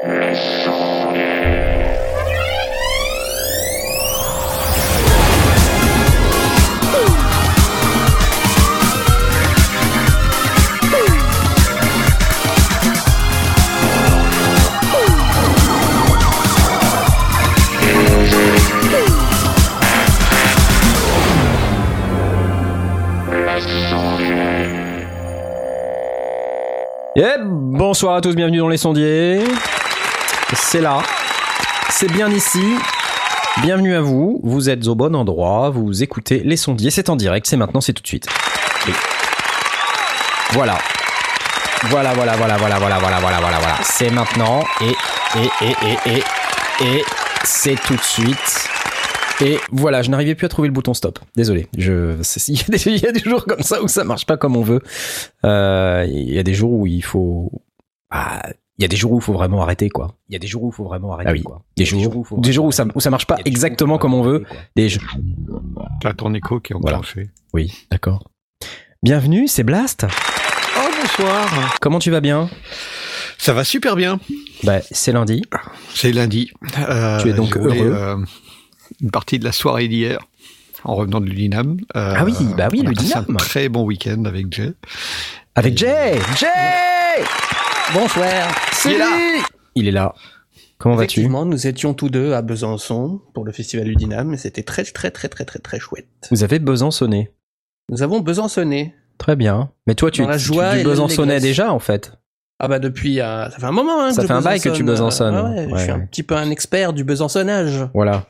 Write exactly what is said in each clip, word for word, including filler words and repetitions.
Et bonsoir à tous, bienvenue dans Les Sondiers. C'est là, c'est bien ici. Bienvenue à vous, vous êtes au bon endroit, vous écoutez Les Sondiers, c'est en direct, c'est maintenant, c'est tout de suite. Oui. Voilà. Voilà, voilà, voilà, voilà, voilà, voilà, voilà, voilà, voilà. C'est maintenant et, et, et, et, et, et c'est tout de suite. Et voilà, je n'arrivais plus à trouver le bouton stop. Désolé, je, il y a des, il y a des jours comme ça où ça marche pas comme on veut. Euh, il y a des jours où il faut, ah, il y a des jours où il faut vraiment arrêter, quoi. Il y a des jours où il faut vraiment arrêter, ah oui. Quoi. Des, des jours, jours où, des jours où ça, où ça marche pas exactement comme on veut. Des jours. T'as ton écho qui est enclenché. Voilà. Oui, d'accord. Bienvenue, c'est Blast. Oh, bonsoir. Comment tu vas bien? Ça va super bien. Bah, c'est lundi. C'est lundi. Euh, tu es donc heureux. Euh, une partie de la soirée d'hier, en revenant de l'Udinam. Euh, ah oui, bah oui, on l'Udinam. a passé un très bon week-end avec Jay. Avec Et... Jay Jay Bonsoir. C'est il est là. Il est là. Comment vas-tu? Effectivement, nous étions tous deux à Besançon pour le festival Udinam, et c'était très très très très très très chouette. Vous avez besançonné? Nous avons besançonné. Très bien. Mais toi, tu, tu, tu besançonnais déjà, en fait? Ah bah depuis, euh, ça fait un moment hein, ça que fait je un bail que tu besançonnes. Euh, ouais, ouais, ouais, je suis ouais. un petit peu un expert du besançonnage. Voilà.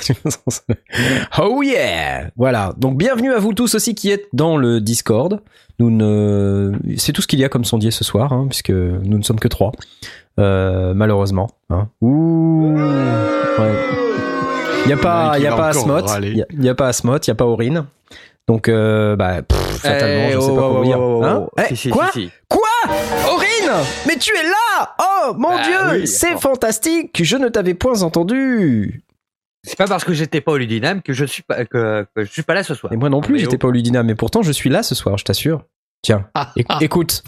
Oh yeah. Voilà. Donc bienvenue à vous tous aussi qui êtes dans le Discord. Nous ne, c'est tout ce qu'il y a comme sondier ce soir, hein, puisque nous ne sommes que trois, euh, malheureusement. Hein. Ouh. Ouais. Il y a pas, il y a pas Asmoth. Il y a, y a pas Asmoth. Il y a pas Aurine. Donc, euh, bah, pff, fatalement, hey, je sais oh, pas comment oh, dire. Oh, hein oh, hey, si, quoi si, si. Quoi Aurine, mais tu es là. Oh mon bah, Dieu, oui, c'est oh. fantastique. Je ne t'avais point entendu. C'est pas parce que j'étais pas au Ludinam que je suis pas que, que je suis pas là ce soir. Et moi non plus, mais j'étais oh. pas au Ludinam, mais pourtant je suis là ce soir, je t'assure. Tiens, ah, éc- ah. écoute.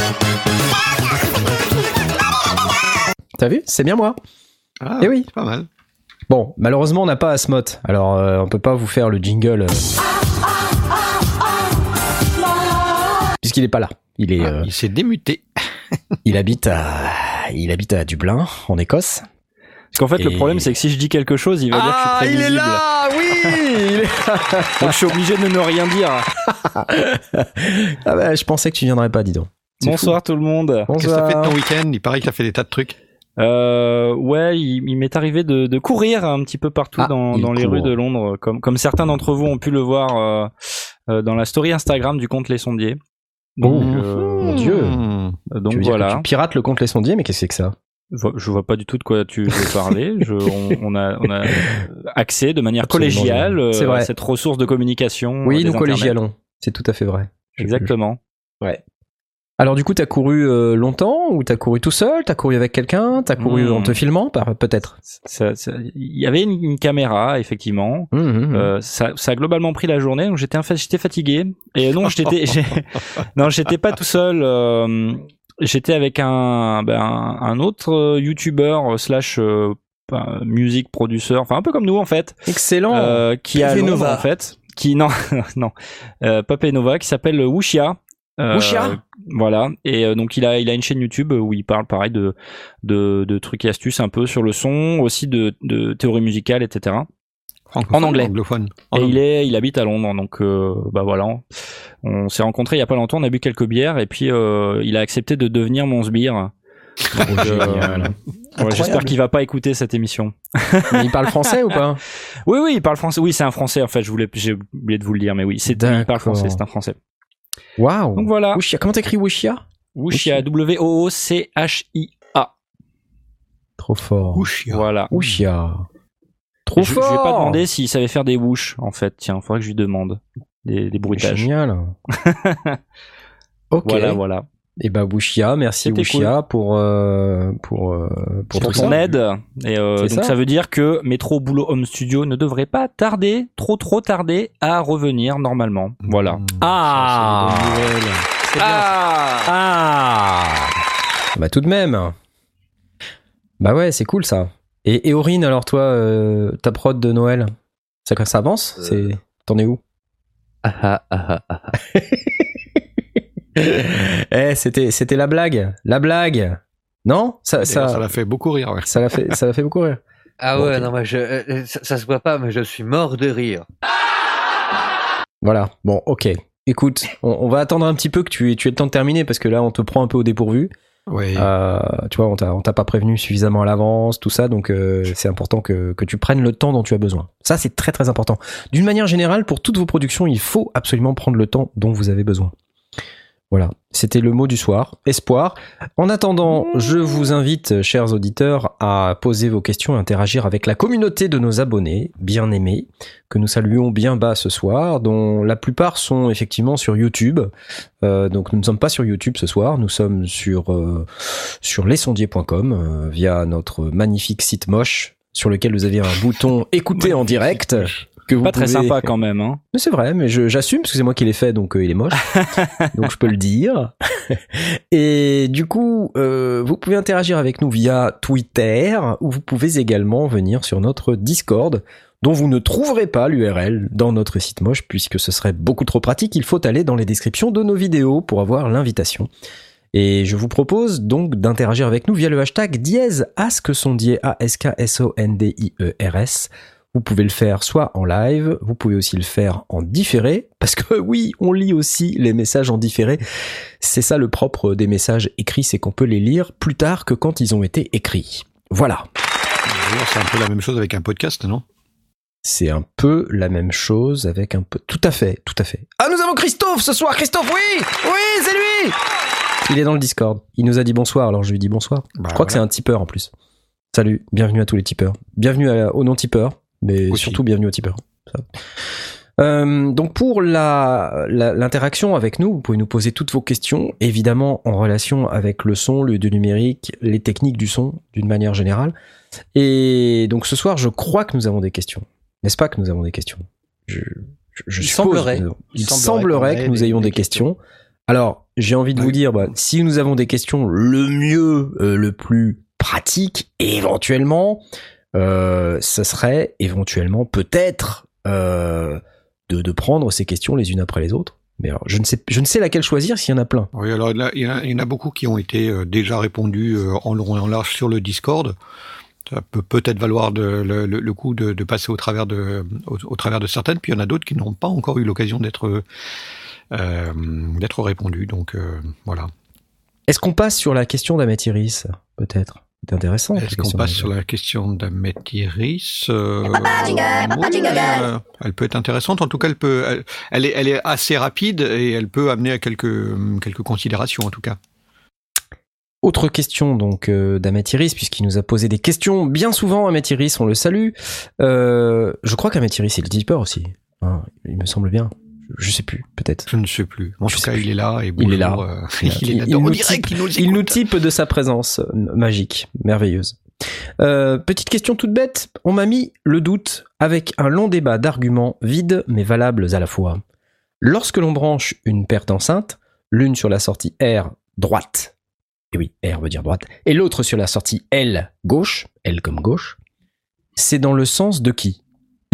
T'as vu? C'est bien moi. Ah, eh oui. C'est pas mal. Bon, malheureusement on n'a pas Asmoth, alors euh, on peut pas vous faire le jingle. Euh... Puisqu'il est pas là. Il est. Ah, euh... Il s'est démuté. il habite à. Il habite à Dublin, en Écosse. Parce qu'en fait, et... le problème, c'est que si je dis quelque chose, il va ah, dire que je suis prévisible. il est là, oui. il est là. Donc je suis obligé de ne rien dire. Ah bah, je pensais que tu viendrais pas, dis donc. C'est Bonsoir fou. Tout le monde. Bonsoir. Qu'est-ce que t'as fait de ton week-end? Il paraît que t'as fait des tas de trucs. Euh, ouais, il, il m'est arrivé de, de courir un petit peu partout ah, dans, dans les rues de Londres, comme, comme certains d'entre vous ont pu le voir euh, euh, dans la story Instagram du compte Les Sondiers. Donc, oh, euh, mon Dieu. Donc tu veux voilà. Dire que tu pirates le compte Les Sondiers, mais qu'est-ce que c'est que ça? Je vois, je vois pas du tout de quoi tu veux parler. Je, on, on a, on a accès de manière Absolument collégiale euh, à cette ressource de communication. Oui, euh, nous collégialons. C'est tout à fait vrai. Exactement. Je... Ouais. Alors du coup, t'as couru euh, longtemps ou t'as couru tout seul? T'as couru avec quelqu'un? T'as couru mmh. en te filmant, peut-être? Il y avait une, une caméra, effectivement. Mmh, mmh. Euh, ça, ça a globalement pris la journée, donc j'étais, j'étais fatigué. Et non, j'étais, j'ai... non, j'étais pas tout seul. Euh, j'étais avec un, ben, un, un autre YouTuber slash euh, music producer, enfin un peu comme nous en fait. Excellent. Euh, qui a Londres, en fait, qui non, non, euh, Pape Nova, qui s'appelle Wuxia. Euh, Wuxia. Voilà, et euh, donc il a il a une chaîne YouTube où il parle pareil de de de trucs et astuces un peu sur le son, aussi de de théorie musicale, et cetera. En anglais. Anglophone. Et il est il habite à Londres, donc euh, bah voilà, on s'est rencontrés il y a pas longtemps, on a bu quelques bières et puis euh, il a accepté de devenir mon sbire. Donc, euh, ouais, j'espère qu'il va pas écouter cette émission. Mais il parle français ou pas? Oui oui, il parle français. Oui, c'est un français en fait. Je voulais j'ai oublié de vous le dire, mais oui, c'est il parle français, c'est un français. Waouh. Donc voilà. Wuxia. Comment t'écris Wuxia? Wuxia, W O O C H I A. Trop fort. Wuxia. Voilà. Wuxia. Trop je, fort. Je lui ai pas demandé s'il savait faire des whoosh, en fait. Tiens, faudrait que je lui demande. Des, des bruitages. Génial. Ok. Voilà, voilà. Et bah Wuxia, merci Wuxia cool. pour euh, pour euh, pour, pour tout ton ça. aide. Et euh, donc ça. ça veut dire que Métro Boulot Home Studio ne devrait pas tarder, trop trop tarder à revenir normalement. Voilà. Mmh. Ah. Ça, c'est une bonne nouvelle. C'est ah. Bien. Ah. Bah tout de même. Bah ouais, c'est cool ça. Et, et Aurine, alors toi, euh, ta prod de Noël, ça, ça avance euh... c'est... T'en es où? Ah ah ah ah. Eh, c'était, c'était la blague. La blague. Non ça, ça, ça l'a fait beaucoup rire. Ouais. Ça l'a fait, ça l'a fait beaucoup rire. Ah bon, ouais, okay. non, mais je, euh, ça, ça se voit pas, mais je suis mort de rire. Voilà. Bon, ok. Écoute, on, on va attendre un petit peu que tu, tu aies le temps de terminer parce que là, on te prend un peu au dépourvu. Oui. Euh, tu vois, on t'a, on t'a pas prévenu suffisamment à l'avance, tout ça, donc euh, c'est important que, que tu prennes le temps dont tu as besoin. Ça, c'est très très important. D'une manière générale, pour toutes vos productions, il faut absolument prendre le temps dont vous avez besoin. Voilà, c'était le mot du soir, espoir. En attendant, je vous invite, chers auditeurs, à poser vos questions et interagir avec la communauté de nos abonnés, bien aimés, que nous saluons bien bas ce soir, dont la plupart sont effectivement sur YouTube. Euh, donc nous ne sommes pas sur YouTube ce soir, nous sommes sur, euh, sur lesondiers point com, euh, via notre magnifique site moche, sur lequel vous avez un bouton « Écouter en direct ». Que vous pas très pouvez... sympa quand même, hein. Mais c'est vrai, mais je, j'assume parce que c'est moi qui l'ai fait, donc euh, il est moche, donc je peux le dire. Et du coup, euh, vous pouvez interagir avec nous via Twitter, ou vous pouvez également venir sur notre Discord, dont vous ne trouverez pas l'U R L dans notre site moche, puisque ce serait beaucoup trop pratique. Il faut aller dans les descriptions de nos vidéos pour avoir l'invitation. Et je vous propose donc d'interagir avec nous via le hashtag dièse askesondiers, A S K S O N D I E R S. Vous pouvez le faire soit en live, vous pouvez aussi le faire en différé, parce que oui, on lit aussi les messages en différé. C'est ça le propre des messages écrits, c'est qu'on peut les lire plus tard que quand ils ont été écrits. Voilà. D'ailleurs, c'est un peu la même chose avec un podcast, non ? C'est un peu la même chose avec un peu... Tout à fait, tout à fait. Ah, nous avons Christophe ce soir. Christophe, oui, oui, c'est lui. Il est dans le Discord. Il nous a dit bonsoir, alors je lui dis bonsoir. Bah, je crois voilà. que c'est un tipeur en plus. Salut, bienvenue à tous les tipeurs. Bienvenue à, aux non-tipeurs. Mais aussi. Surtout bienvenue au tipeur. Euh, donc pour la, la, l'interaction avec nous, vous pouvez nous poser toutes vos questions, évidemment en relation avec le son, le, le numérique, les techniques du son d'une manière générale. Et donc ce soir, je crois que nous avons des questions. N'est-ce pas que nous avons des questions ? Je, je, je il suppose semblerait. Que nous, il, il semblerait, semblerait que nous des, ayons des, des questions. questions. Alors j'ai envie de oui. vous dire, bah, si nous avons des questions, le mieux, euh, le plus pratique, éventuellement. Euh, ça serait éventuellement peut-être euh, de, de prendre ces questions les unes après les autres. Mais alors, je ne sais, je ne sais laquelle choisir s'il y en a plein. Oui, alors là, il y, il y en a beaucoup qui ont été euh, déjà répondus euh, en long et en large sur le Discord. Ça peut peut-être valoir de, le, le, le coup de, de passer au travers de, au, au travers de certaines. Puis il y en a d'autres qui n'ont pas encore eu l'occasion d'être, euh, d'être répondues. Donc euh, voilà. Est-ce qu'on passe sur la question d'Ahmet Iris, peut-être ? C'est intéressant. Est-ce qu'on passe sur la question d'Ahmet Iris euh, oui, euh, elle peut être intéressante. En tout cas, elle peut, elle, elle, est, elle est assez rapide et elle peut amener à quelques, quelques considérations, en tout cas. Autre question donc euh, d'Ahmet Iris, puisqu'il nous a posé des questions bien souvent. Ahmet Iris, on le salue. Euh, je crois qu'Ahmet Iris est le tipeur aussi. Hein, il me semble bien. Je sais plus, peut-être. Je ne sais plus. En je tout cas, plus. il est là et bonjour, il est là. Euh, il, il est là. Il, dans il, nous direct, type, il, nous il nous type de sa présence magique, merveilleuse. Euh, petite question toute bête. On m'a mis le doute avec un long débat d'arguments vides mais valables à la fois. Lorsque l'on branche une paire d'enceintes, l'une sur la sortie R droite, et oui, R veut dire droite, et l'autre sur la sortie L gauche, L comme gauche, c'est dans le sens de qui ?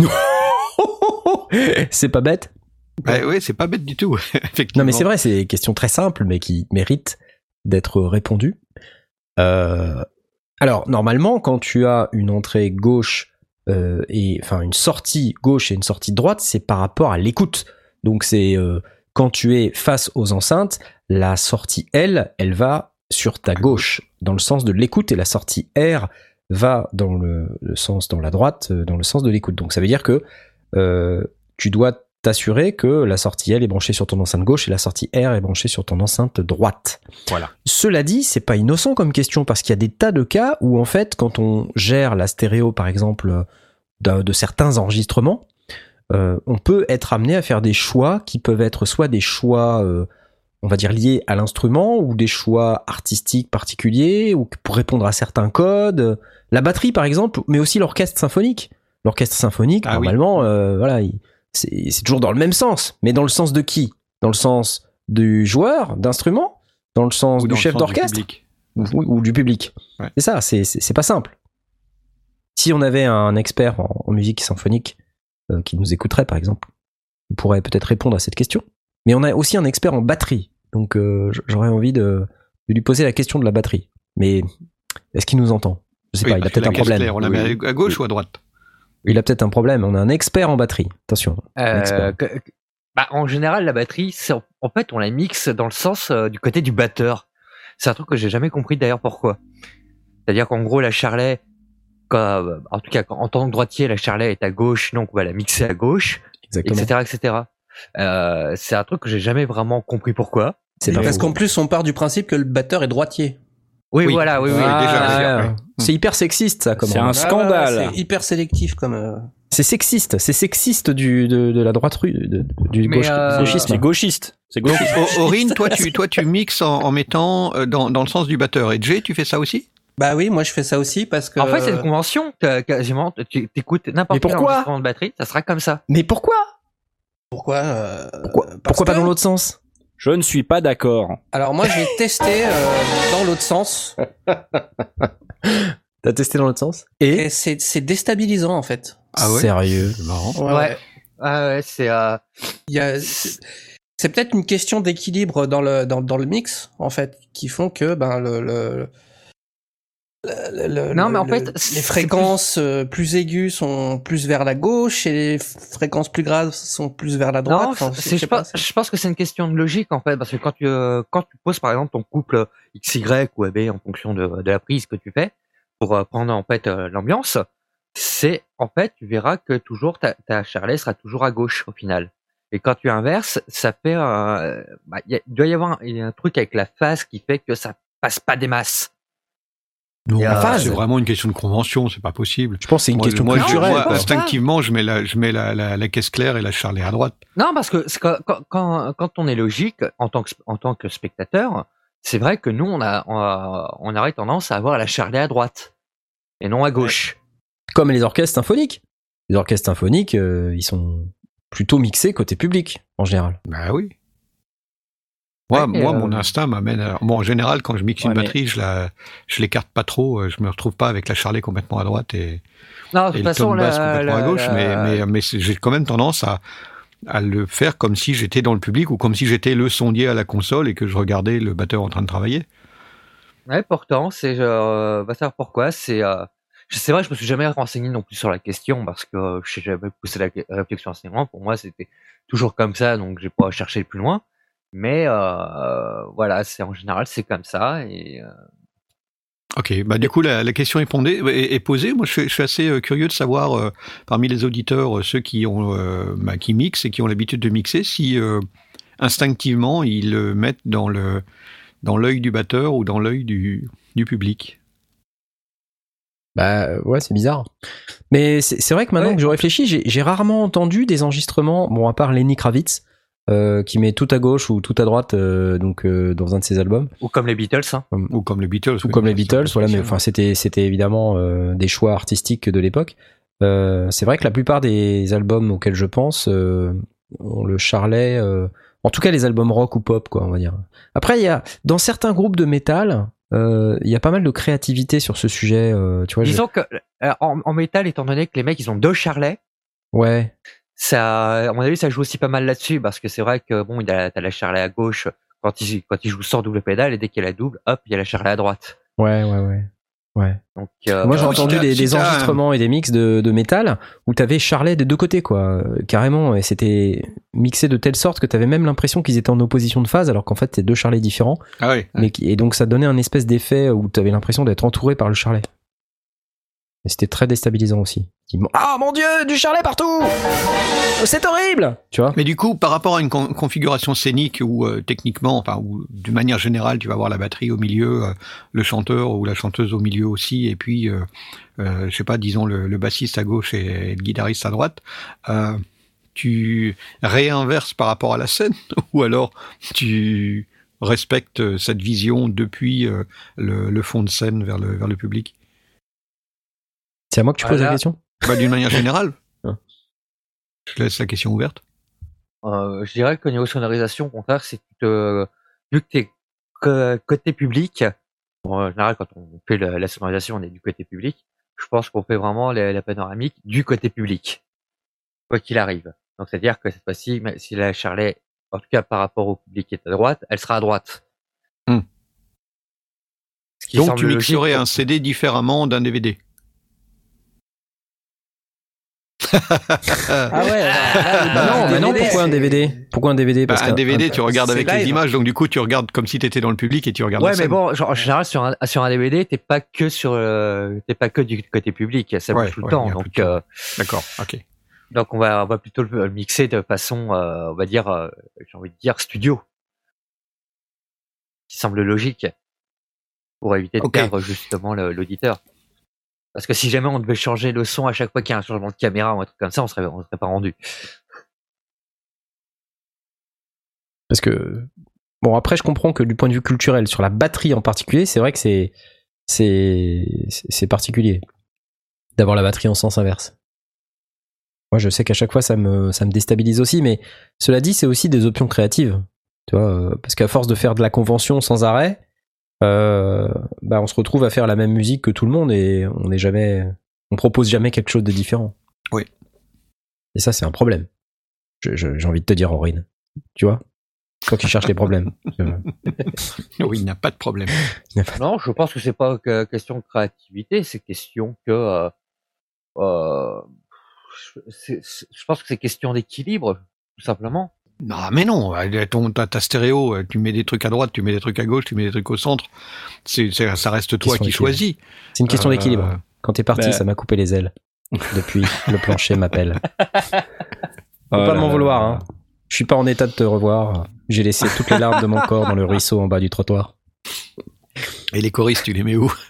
C'est pas bête ? Bah ouais, c'est pas bête du tout, effectivement. Non, mais c'est vrai, c'est des questions très simples, mais qui méritent d'être répondues. Euh, alors, normalement, quand tu as une entrée gauche euh, et enfin une sortie gauche et une sortie droite, c'est par rapport à l'écoute. Donc, c'est euh, quand tu es face aux enceintes, la sortie L, elle va sur ta gauche, dans le sens de l'écoute, et la sortie R va dans le, le sens, dans la droite, dans le sens de l'écoute. Donc, ça veut dire que euh, tu dois t'assurer que la sortie L est branchée sur ton enceinte gauche et la sortie R est branchée sur ton enceinte droite. Voilà. Cela dit, c'est pas innocent comme question parce qu'il y a des tas de cas où en fait, quand on gère la stéréo par exemple de, de certains enregistrements, euh, on peut être amené à faire des choix qui peuvent être soit des choix, euh, on va dire liés à l'instrument ou des choix artistiques particuliers ou pour répondre à certains codes. La batterie par exemple, mais aussi l'orchestre symphonique. L'orchestre symphonique, ah, normalement, oui. euh, voilà. Il, C'est, c'est toujours dans le même sens, mais dans le sens de qui ? Dans le sens du joueur d'instrument ? Dans le sens Ou du dans chef le sens d'orchestre ? du ou, ou du public. Ouais. C'est ça, c'est, c'est, c'est pas simple. Si on avait un expert en, en musique symphonique euh, qui nous écouterait, par exemple, il pourrait peut-être répondre à cette question. Mais on a aussi un expert en batterie, donc euh, j'aurais envie de, de lui poser la question de la batterie. Mais est-ce qu'il nous entend ? Je sais Oui, pas, il a peut-être un problème. Claire, on la met à gauche oui. ou à droite ? Il a peut-être un problème. On a un expert en batterie. Attention. Euh, que, que, bah, en général, la batterie, c'est, en fait, on la mixe dans le sens euh, du côté du batteur. C'est un truc que j'ai jamais compris d'ailleurs pourquoi. C'est-à-dire qu'en gros, la charlet, quand, en tout cas, quand, en tant que droitier, la charlet est à gauche, donc on va la mixer à gauche, Exactement. et cetera, et cetera. Euh, c'est un truc que j'ai jamais vraiment compris pourquoi. C'est parce qu'en plus, on part du principe que le batteur est droitier. Oui, oui, voilà, oui, oui. Ah, déjà, ouais. C'est hyper sexiste, ça. Comme c'est un on... scandale. Ah, c'est hyper sélectif comme. Euh... C'est sexiste. C'est sexiste du de, de la droite rue, de, du Mais gauche, euh, gauchisme. C'est gauchiste. C'est Donc, gauchiste. Aurine, toi, tu, toi, tu mixes en, en mettant euh, dans, dans le sens du batteur. Et Jay, tu fais ça aussi ? Bah oui, moi je fais ça aussi parce que. En fait, c'est une convention, quasiment. Tu écoutes n'importe quel enregistrement de batterie, ça sera comme ça. Mais pourquoi Pourquoi euh, Pourquoi, pourquoi que... pas dans l'autre sens ? Je ne suis pas d'accord. Alors moi j'ai testé euh, dans l'autre sens. T'as testé dans l'autre sens ? Et, Et c'est, c'est déstabilisant en fait. Ah ouais ? Sérieux ? C'est marrant. Ouais. Ouais. Ah ouais, c'est. Euh... Il y a, c'est, c'est peut-être une question d'équilibre dans le dans, dans le mix en fait qui font que ben le le, le, le non, mais en le, fait, les fréquences plus... plus aiguës sont plus vers la gauche et les fréquences plus graves sont plus vers la droite. Non, enfin, c'est, je, pas, pense, je pense que c'est une question de logique en fait, parce que quand tu euh, quand tu poses par exemple ton couple X Y ou A B en fonction de, de la prise que tu fais pour euh, prendre en fait euh, l'ambiance, c'est en fait tu verras que toujours ta, ta charlet sera toujours à gauche au final. Et quand tu inverses, ça fait euh, bah, y a, il doit y avoir un, il y a un truc avec la phase qui fait que ça passe pas des masses. Non, la phase. c'est vraiment une question de convention, c'est pas possible. Je pense que c'est une moi, question moi, culturelle. Moi, quoi. instinctivement, je mets la, je mets la, la, la caisse claire et la charlet à droite. Non, parce que c'est quand, quand, quand on est logique en tant que, en tant que spectateur, c'est vrai que nous, on a, on, a, on aurait tendance à avoir la charlet à droite et non à gauche. Comme les orchestres symphoniques. Les orchestres symphoniques, euh, ils sont plutôt mixés côté public, en général. Bah oui. Moi, Ouais, moi euh... mon instinct m'amène à... Bon, en général, quand je mixe ouais, une mais... batterie, je la, je l'écarte pas trop, je me retrouve pas avec la charlet complètement à droite et, non, de et toute le façon, tone basse la, complètement la, à gauche, la... mais, mais, mais j'ai quand même tendance à, à le faire comme si j'étais dans le public ou comme si j'étais le sondier à la console et que je regardais le batteur en train de travailler. Ouais, pourtant, c'est, euh, va savoir pourquoi, c'est, euh, c'est vrai, je me suis jamais renseigné non plus sur la question parce que euh, je n'ai jamais poussé la réflexion assez loin. Pour moi, c'était toujours comme ça, donc j'ai pas cherché plus loin. Mais euh, voilà, c'est en général c'est comme ça. Et, euh... Ok, bah du coup la, la question est, pondée, est, est posée. Moi, je suis, je suis assez euh, curieux de savoir euh, parmi les auditeurs, euh, ceux qui ont euh, bah, qui mixent et qui ont l'habitude de mixer, si euh, instinctivement ils le mettent dans le dans l'œil du batteur ou dans l'œil du, du public. Bah ouais, c'est bizarre. Mais c'est, c'est vrai que maintenant ouais. que je réfléchis, j'ai, j'ai rarement entendu des enregistrements, bon à part Lenny Kravitz, euh, qui met tout à gauche ou tout à droite, euh, donc euh, dans un de ses albums. Ou comme les Beatles, hein. Ou comme les Beatles. Ou oui, comme les c'est Beatles, voilà. Mais spécial. enfin, c'était c'était évidemment euh, des choix artistiques de l'époque. Euh, c'est vrai que la plupart des albums auxquels je pense euh, ont le charlet. Euh, en tout cas, les albums rock ou pop, quoi, on va dire. Après, il y a dans certains groupes de métal. Il euh, y a pas mal de créativité sur ce sujet, euh, tu vois. Disons je... que euh, en, en métal, étant donné que les mecs ils ont deux charlets, ouais. Ça, à mon avis, ça joue aussi pas mal là-dessus parce que c'est vrai que bon, il a t'as la charlet à gauche quand il quand il joue sans double pédale et dès qu'il y a la double, hop, il y a la charlet à droite. Ouais, ouais, ouais, ouais. Donc euh, moi j'ai euh, entendu si des, si des enregistrements et des mix de, de métal où t'avais charlet des deux côtés, quoi, carrément, et c'était mixé de telle sorte que t'avais même l'impression qu'ils étaient en opposition de phase alors qu'en fait c'est deux charlets différents. Ah oui. Mais qui, et donc ça donnait un espèce d'effet où t'avais l'impression d'être entouré par le charlet. Et c'était très déstabilisant aussi. Ah mon dieu, du charlet partout! C'est horrible! Tu vois? Mais du coup, par rapport à une con- configuration scénique où euh, techniquement, enfin, où d'une manière générale, tu vas avoir la batterie au milieu, euh, le chanteur ou la chanteuse au milieu aussi, et puis, euh, euh, je sais pas, disons le, le bassiste à gauche et, et le guitariste à droite, euh, tu réinverses par rapport à la scène, ou alors tu respectes cette vision depuis euh, le, le fond de scène vers le, vers le public? C'est à moi que tu voilà. poses la question? Bah, d'une manière générale. Ah. Je laisse la question ouverte. Euh, je dirais qu'au niveau sonorisation, au contraire, c'est que, vu que t'es que, côté public, En général, quand on fait la, la sonorisation, on est du côté public. Je pense qu'on fait vraiment la, la panoramique du côté public, quoi qu'il arrive. Donc, c'est-à-dire que cette fois-ci, si la Charlet, en tout cas par rapport au public qui est à droite, elle sera à droite. Hmm. Donc, tu mixerais un C D différemment d'un D V D. Ah ouais. Ah, bah non, mais non, pourquoi un D V D? Pourquoi un D V D? Parce bah, un D V D, tu regardes avec live. Les images, donc du coup, tu regardes comme si t'étais dans le public et tu regardes. Ouais, la mais scène. bon, genre, en général, sur un sur un D V D, t'es pas que sur, euh, t'es pas que du côté public, ça bouge ouais, tout le ouais, temps. Donc, euh, d'accord, ok. Donc on va on va plutôt le mixer de façon, euh, on va dire, euh, j'ai envie de dire studio, qui semble logique pour éviter de okay. perdre justement le, l'auditeur. Parce que si jamais on devait changer le son à chaque fois qu'il y a un changement de caméra ou un truc comme ça, on serait, on serait pas rendu. Parce que, bon, après, je comprends que du point de vue culturel, sur la batterie en particulier, c'est vrai que c'est, c'est, c'est particulier d'avoir la batterie en sens inverse. Moi, je sais qu'à chaque fois, ça me, ça me déstabilise aussi, mais cela dit, c'est aussi des options créatives. Tu vois, parce qu'à force de faire de la convention sans arrêt, Euh, bah on se retrouve à faire la même musique que tout le monde et on n'est jamais, on propose jamais quelque chose de différent. Oui. Et ça c'est un problème. Je, je, j'ai envie de te dire, Aurine, tu vois, toi qui cherches les problèmes. Oui, il n'y a pas de problème. Non, je pense que c'est pas que question de créativité, c'est question que, euh, euh, c'est, c'est, je pense que c'est question d'équilibre, tout simplement. Non, mais non, ton, ta, ta stéréo, tu mets des trucs à droite, tu mets des trucs à gauche, tu mets des trucs au centre, c'est, c'est, ça reste toi qui choisis. C'est une question euh... d'équilibre. Quand t'es parti, bah... ça m'a coupé les ailes. Depuis, le plancher m'appelle. Faut oh pas m'en là vouloir, hein. Je suis pas en état de te revoir. J'ai laissé toutes les larmes de mon corps dans le ruisseau en bas du trottoir. Et les choristes, tu les mets où?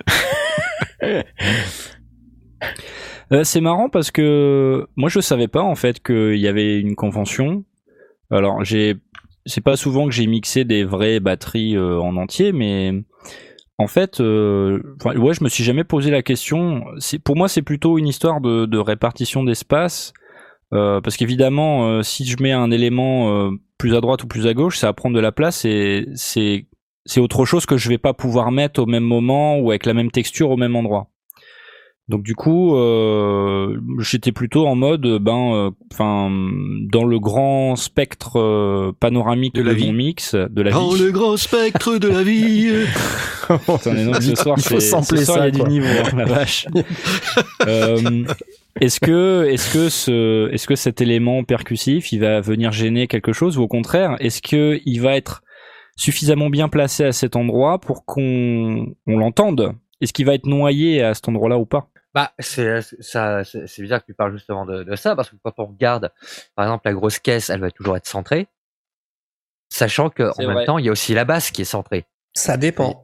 euh, C'est marrant parce que moi je savais pas en fait qu'il y avait une convention. Alors, j'ai, c'est pas souvent que j'ai mixé des vraies batteries euh, en entier, mais en fait, euh, ouais, je me suis jamais posé la question. C'est, pour moi, c'est plutôt une histoire de, de répartition d'espace, euh, parce qu'évidemment, euh, si je mets un élément euh, plus à droite ou plus à gauche, ça va prendre de la place et c'est, c'est autre chose que je vais pas pouvoir mettre au même moment ou avec la même texture au même endroit. Donc du coup, euh, j'étais plutôt en mode, ben, enfin, euh, dans le grand spectre euh, panoramique de, de mon mix, de la dans vie. Dans le grand spectre de la vie. Attendez, non, ce soir, il faut c'est, sampler ce soir, ça, il y a du niveau, hein, la vache. euh, est-ce que, est-ce que ce, est-ce que cet élément percussif, il va venir gêner quelque chose ou au contraire, est-ce que il va être suffisamment bien placé à cet endroit pour qu'on, on l'entende? Est-ce qu'il va être noyé à cet endroit-là ou pas? Bah, c'est, ça, c'est, c'est bizarre que tu parles justement de, de ça, parce que quand on regarde, par exemple, la grosse caisse, elle va toujours être centrée, sachant que en même temps, il y a aussi la basse qui est centrée. Ça dépend.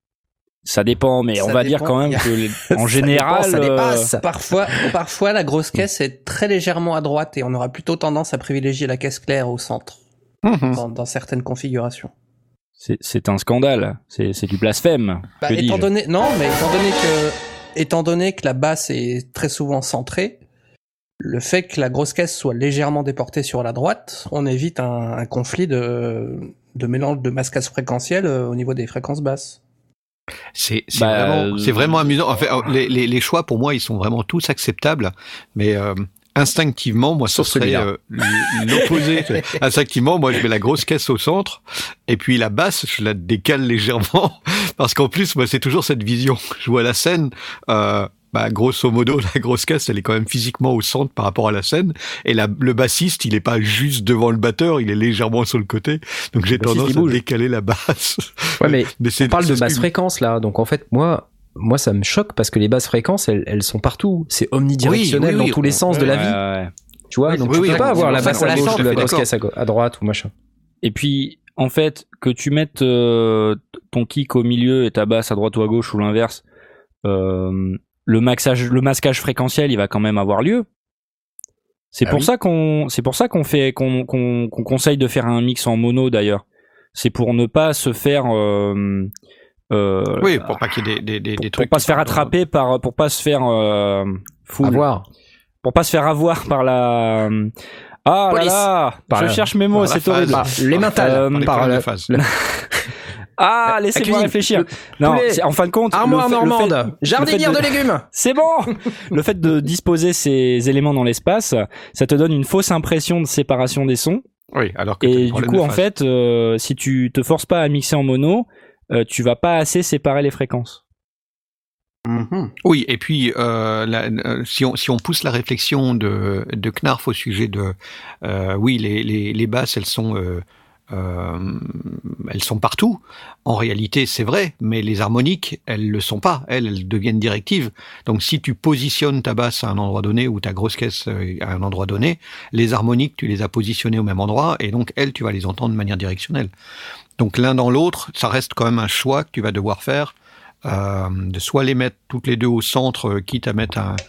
Ça dépend, mais ça on va dépend. dire quand même que, en général, ça dépasse. Euh... parfois, parfois, la grosse caisse est très légèrement à droite et on aura plutôt tendance à privilégier la caisse claire au centre, mmh. dans, dans certaines configurations. C'est, c'est un scandale. C'est, c'est du blasphème. Bah, étant donné, non, mais étant donné que, étant donné que la basse est très souvent centrée, le fait que la grosse caisse soit légèrement déportée sur la droite, on évite un, un conflit de, de mélange de masquage fréquentiel au niveau des fréquences basses. C'est, c'est bah, vraiment, c'est vraiment amusant. En fait, les, les, les choix pour moi, ils sont vraiment tous acceptables, mais euh, instinctivement, moi, ce serait euh, l'opposé. Instinctivement, moi, je mets la grosse caisse au centre, et puis la basse, je la décale légèrement, parce qu'en plus, moi, c'est toujours cette vision. Je vois la scène, euh, bah, grosso modo, la grosse caisse, elle est quand même physiquement au centre par rapport à la scène, et la, le bassiste, il est pas juste devant le batteur, il est légèrement sur le côté, donc j'ai tendance à décaler la basse. Ouais, mais, mais c'est, on parle de basse fréquence, là, donc en fait, moi, moi, ça me choque parce que les basses fréquences, elles, elles sont partout. C'est omnidirectionnel oui, oui, oui, dans tous les sens ouais, de la vie. Ouais, ouais. Tu vois, oui, donc oui, tu oui, peux oui, pas avoir la basse à gauche ou la grosse caisse à, à droite ou machin. Et puis, en fait, que tu mettes euh, ton kick au milieu et ta basse à droite ou à gauche ou l'inverse, euh, le maxage, le masquage fréquentiel, il va quand même avoir lieu. C'est ah pour oui. ça qu'on, c'est pour ça qu'on fait, qu'on, qu'on, qu'on conseille de faire un mix en mono d'ailleurs. C'est pour ne pas se faire euh, Euh, oui, pour pas qu'il y ait des, des, des, pour, des trucs. Pour pas se faire attraper par, pour pas se faire euh, fou, avoir, pour pas se faire avoir par la. Ah Police. là là, par je la, cherche mes mots, c'est horrible. Bah, les mentales, euh, par la, la, Ah, laissez-moi réfléchir. Le non, poulet, c'est, en fin de compte, armoire le fait, normande, le fait, jardinière le fait de... de légumes. C'est bon. Le fait de disposer ces éléments dans l'espace, ça te donne une fausse impression de séparation des sons. Oui, alors que et du coup, en fait, euh, si tu te forces pas à mixer en mono, euh, tu vas pas assez séparer les fréquences. Mmh. Oui, et puis euh, la, euh, si on si on pousse la réflexion de de Knarf au sujet de euh, oui les les les basses elles sont euh, euh, elles sont partout. En réalité, c'est vrai, mais les harmoniques, elles le sont pas. Elles, elles deviennent directives. Donc, si tu positionnes ta basse à un endroit donné ou ta grosse caisse à un endroit donné, les harmoniques, tu les as positionnées au même endroit, et donc elles, tu vas les entendre de manière directionnelle. Donc, l'un dans l'autre, ça reste quand même un choix que tu vas devoir faire. Euh, de soit les mettre toutes les deux au centre, quitte à mettre un,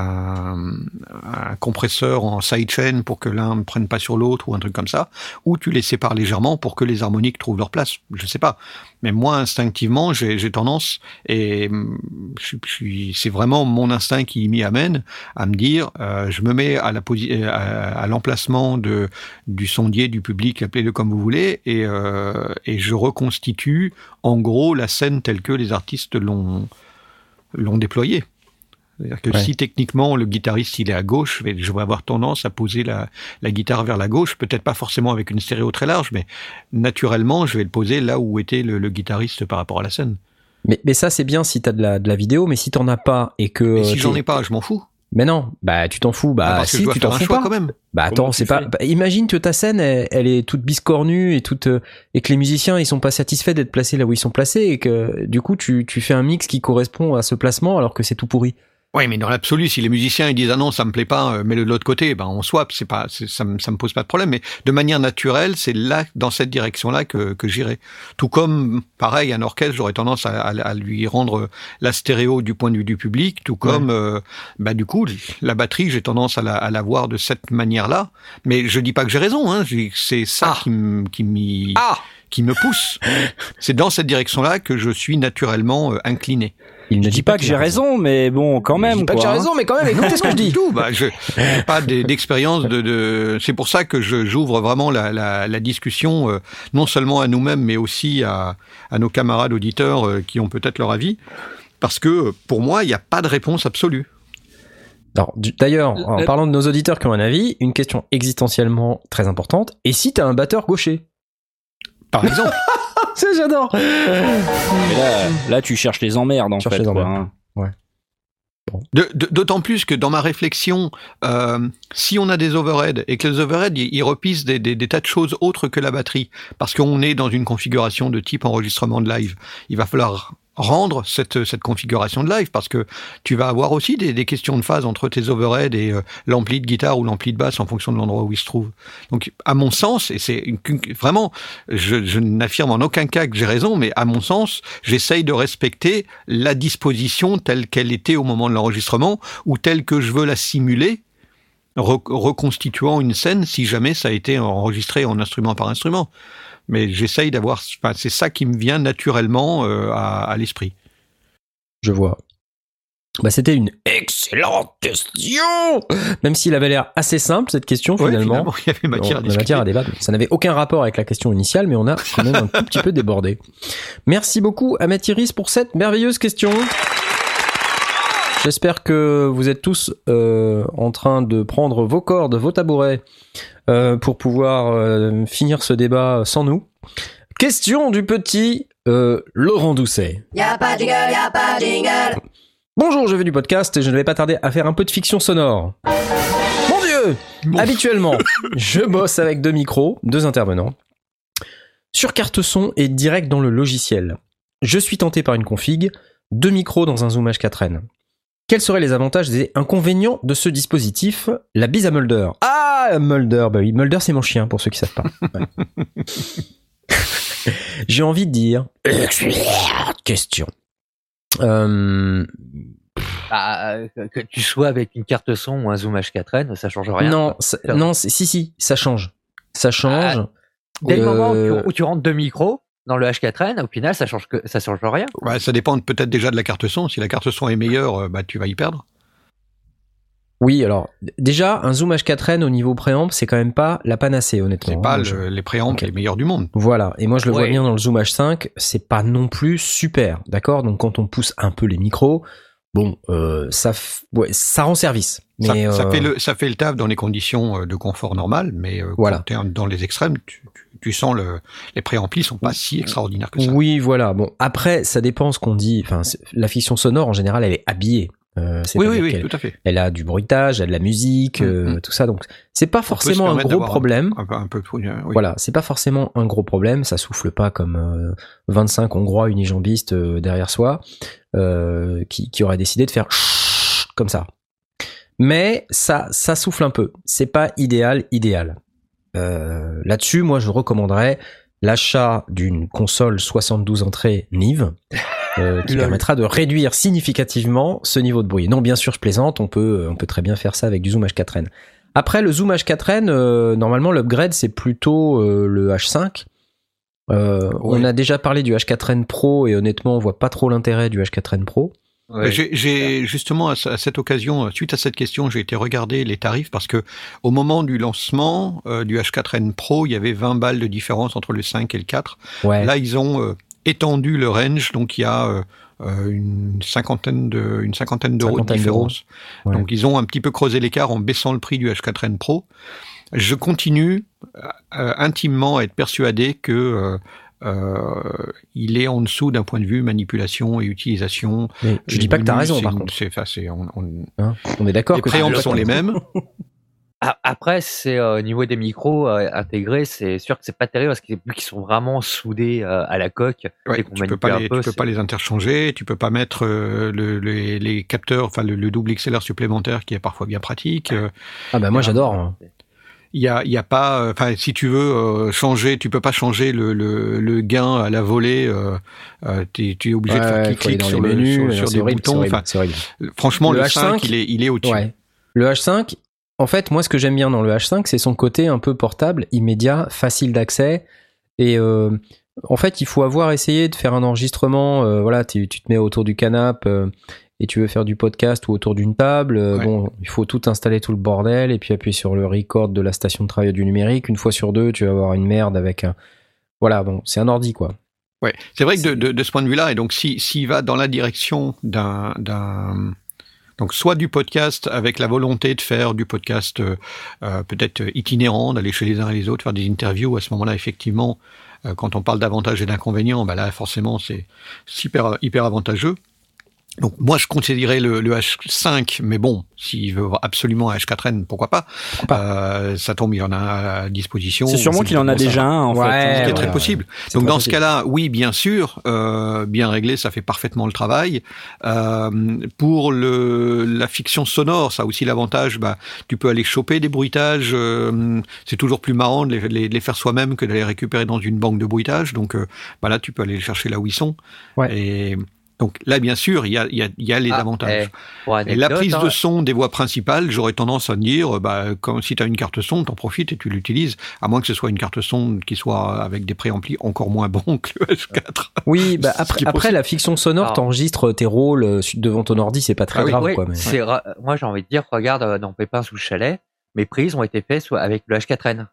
un, un compresseur en sidechain pour que l'un ne prenne pas sur l'autre ou un truc comme ça, ou tu les sépares légèrement pour que les harmoniques trouvent leur place. Je sais pas. Mais moi, instinctivement, j'ai, j'ai tendance, et je, je suis, c'est vraiment mon instinct qui m'y amène à me dire, euh, je me mets à la posi- à, à l'emplacement de du sondier, du public, appelez-le comme vous voulez, et, euh, et je reconstitue en gros la scène telle que les artistes l'ont l'ont déployée. C'est-à-dire que ouais. si techniquement le guitariste il est à gauche, je vais, je vais avoir tendance à poser la, la guitare vers la gauche, peut-être pas forcément avec une stéréo très large, mais naturellement je vais le poser là où était le, le guitariste par rapport à la scène. Mais, mais ça c'est bien si t'as de la, de la vidéo, mais si t'en as pas et que... Mais si j'en ai pas, je m'en fous. Mais non, bah tu t'en fous, bah parce si que je dois tu faire t'en un fous choix pas. Quand même. Bah attends, c'est pas. Bah, imagine que ta scène, elle, elle est toute biscornue et toute euh, et que les musiciens ils sont pas satisfaits d'être placés là où ils sont placés et que du coup tu tu fais un mix qui correspond à ce placement alors que c'est tout pourri. Oui, mais dans l'absolu, si les musiciens ils disent ah non ça me plaît pas, euh, mets-le de l'autre côté, ben on swap, c'est pas, c'est, ça me ça me pose pas de problème. Mais de manière naturelle, c'est là dans cette direction-là que que j'irai. Tout comme pareil, un orchestre, j'aurais tendance à, à, à lui rendre la stéréo du point de vue du public, tout comme ouais. euh, bah du coup la batterie, j'ai tendance à la à la voir de cette manière-là. Mais je dis pas que j'ai raison, hein. C'est ça ah. qui m, qui m'y ah. qui me pousse. C'est dans cette direction-là que je suis naturellement euh, incliné. Il ne dit pas que j'ai raison, mais bon, quand même. Je dis pas quoi, que j'ai hein. raison, mais quand même, écoutez ce que je dis. Tout, bah, je n'ai pas d'expérience de, de. C'est pour ça que je, j'ouvre vraiment la, la, la discussion, euh, non seulement à nous-mêmes, mais aussi à, à nos camarades auditeurs euh, qui ont peut-être leur avis, parce que pour moi, il n'y a pas de réponse absolue. Alors, d'ailleurs, en parlant de nos auditeurs qui ont un avis, une question existentiellement très importante. Et si t'as un batteur gaucher, par exemple? Ça, j'adore. Mais là, là, tu cherches les emmerdes, en cherche fait. Les emmerdes. Quoi, hein. Ouais. Bon. De, de, d'autant plus que dans ma réflexion, euh, si on a des overheads et que les overheads, ils, ils repissent des, des, des tas de choses autres que la batterie, parce qu'on est dans une configuration de type enregistrement de live, il va falloir rendre cette, cette configuration de live, parce que tu vas avoir aussi des, des questions de phase entre tes overheads et euh, l'ampli de guitare ou l'ampli de basse en fonction de l'endroit où il se trouve. Donc, à mon sens, et c'est une, vraiment, je, je n'affirme en aucun cas que j'ai raison, mais à mon sens, j'essaye de respecter la disposition telle qu'elle était au moment de l'enregistrement ou telle que je veux la simuler, re- reconstituant une scène si jamais ça a été enregistré en instrument par instrument. Mais j'essaye d'avoir, enfin, c'est ça qui me vient naturellement euh, à, à l'esprit. Je vois. Bah, c'était une excellente question, même s'il avait l'air assez simple cette question finalement. Ouais, finalement il y avait matière, on, à, matière à débattre. Ça n'avait aucun rapport avec la question initiale, mais on a quand même un tout petit peu débordé. Merci beaucoup à Mathiris pour cette merveilleuse question. J'espère que vous êtes tous euh, en train de prendre vos cordes, vos tabourets, euh, pour pouvoir euh, finir ce débat sans nous. Question du petit euh, Laurent Doucet. Y'a pas de jingle, y'a pas de jingle. Bonjour, je vais du podcast et je ne vais pas tarder à faire un peu de fiction sonore. Mon Dieu, bon. Habituellement, je bosse avec deux micros, deux intervenants, sur carte son et direct dans le logiciel. Je suis tenté par une config, deux micros dans un Zoom H quatre N. Quels seraient les avantages et inconvénients de ce dispositif? La bise à Mulder. Ah, Mulder, bah oui, Mulder c'est mon chien pour ceux qui savent pas. Ouais. J'ai envie de dire... Question. Euh... Bah, que tu sois avec une carte son ou un Zoom H quatre N, ça change rien. Non, ça, non, si, si, ça change. Ça change. Ah, dès euh... le moment où tu, où tu rentres deux micros, dans le H quatre N, au final, ça change que ça change rien. Ouais, ça dépend peut-être déjà de la carte son. Si la carte son est meilleure, bah tu vas y perdre. Oui, alors déjà un Zoom H quatre N au niveau préamp, c'est quand même pas la panacée, honnêtement. C'est pas hein, le, je... les préamps okay. les meilleurs du monde. Voilà, et moi je le ouais. vois bien dans le Zoom H cinq, c'est pas non plus super, d'accord. Donc quand on pousse un peu les micros, bon, euh, ça, f... ouais, ça rend service. Mais ça, euh... ça fait le, ça fait le taf dans les conditions de confort normal, mais euh, voilà. quand t'es dans les extrêmes, tu, tu, tu sens le, les préamplis sont pas si extraordinaires que ça. Oui, voilà. Bon, après, ça dépend ce qu'on dit. Enfin, la fiction sonore en général, elle est habillée. Euh, oui, oui, oui, tout à fait. Elle a du bruitage, elle a de la musique, euh, mmh. tout ça. Donc, c'est pas forcément un gros problème. Un, un peu, un peu, oui. Voilà, c'est pas forcément un gros problème. Ça souffle pas comme euh, vingt-cinq Hongrois unijambistes euh, derrière soi euh, qui, qui auraient décidé de faire comme ça. Mais ça, ça souffle un peu. C'est pas idéal, idéal. Euh, là-dessus, moi, je recommanderais l'achat d'une console soixante-douze entrées Nive. Euh, qui permettra de réduire significativement ce niveau de bruit. Non, bien sûr, je plaisante, on peut, on peut très bien faire ça avec du Zoom H quatre N. Après, le Zoom H quatre N, euh, normalement, l'upgrade, c'est plutôt euh, le H cinq. Euh, oui. On a déjà parlé du H quatre N Pro, et honnêtement, on voit pas trop l'intérêt du H quatre N Pro. Ouais. J'ai, j'ai justement à cette occasion, suite à cette question, j'ai été regarder les tarifs parce que au moment du lancement euh, du H quatre N Pro, il y avait vingt balles de différence entre le cinq et le quatre. Ouais. Là, ils ont euh, étendu le range, donc il y a euh, une cinquantaine de une cinquantaine d'euros de différence. Ouais. Donc ils ont un petit peu creusé l'écart en baissant le prix du H quatre N Pro. Je continue euh, intimement à être persuadé que euh, euh, il est en dessous d'un point de vue manipulation et utilisation. Mais je dis pas que t'as raison, par contre. C'est, c'est, c'est, on, on, hein, on est d'accord. Les préambles sont les mêmes. Après, c'est euh, au niveau des micros euh, intégrés, c'est sûr que c'est pas terrible parce qu'ils sont vraiment soudés euh, à la coque. Ouais, tu peux pas les, peu, tu peux pas les interchanger, tu peux pas mettre euh, le, les, les capteurs, enfin le, le double X L R supplémentaire qui est parfois bien pratique. Euh, ah bah moi euh, j'adore. Hein. Il y a, il y a pas, enfin si tu veux euh, changer, tu peux pas changer le, le, le gain à la volée. Euh, euh, t'es, tu es obligé ouais, de faire clic-clic sur, le, menus, sur, sur des horrible, boutons. Enfin, franchement, le, le H cinq, il est, il est au-dessus. Ouais. Le H cinq. En fait, moi, ce que j'aime bien dans le H cinq, c'est son côté un peu portable, immédiat, facile d'accès. Et euh, en fait, il faut avoir essayé de faire un enregistrement. Euh, voilà, tu, tu te mets autour du canapé euh, et tu veux faire du podcast ou autour d'une table. Euh, ouais. Bon, il faut tout installer, tout le bordel, et puis appuyer sur le record de la station de travail du numérique. Une fois sur deux, tu vas avoir une merde avec un... Voilà, bon, c'est un ordi, quoi. Ouais, c'est vrai que de, de, de ce point de vue-là, et donc si, s'il va dans la direction d'un... d'un... Donc soit du podcast avec la volonté de faire du podcast euh, euh, peut-être itinérant, d'aller chez les uns et les autres, faire des interviews. À ce moment-là, effectivement, euh, quand on parle d'avantages et d'inconvénients, bah là forcément c'est super hyper avantageux. Donc moi je considérais le, le H cinq, mais bon, s'il veut absolument un H quatre N, pourquoi pas, euh, ça tombe, il en a à disposition. C'est sûrement qu'il en a déjà un, en ouais, fait. Ce qui est ouais, très ouais. possible. C'est Donc très dans possible. ce cas-là, oui, bien sûr, euh, bien réglé, ça fait parfaitement le travail. Euh, pour le la fiction sonore, ça a aussi l'avantage, bah, tu peux aller choper des bruitages. Euh, c'est toujours plus marrant de les, les, de les faire soi-même que de les récupérer dans une banque de bruitage. Donc euh, bah là, tu peux aller les chercher là où ils sont. Ouais. Et donc là, bien sûr, il y a, il y a, il y a les ah, avantages. Eh, et la prise hein. de son des voix principales, j'aurais tendance à me dire, bah, quand, si tu as une carte son, t'en profites et tu l'utilises, à moins que ce soit une carte son qui soit avec des préamplis encore moins bons que le H quatre. Oui, bah après, après la fiction sonore, ah. t'enregistres tes rôles euh, devant ton ordi, c'est pas très ah, grave. Oui, quoi, mais... c'est ra- Moi, j'ai envie de dire, regarde, euh, dans Pépin sous le chalet, mes prises ont été faites avec le H quatre N.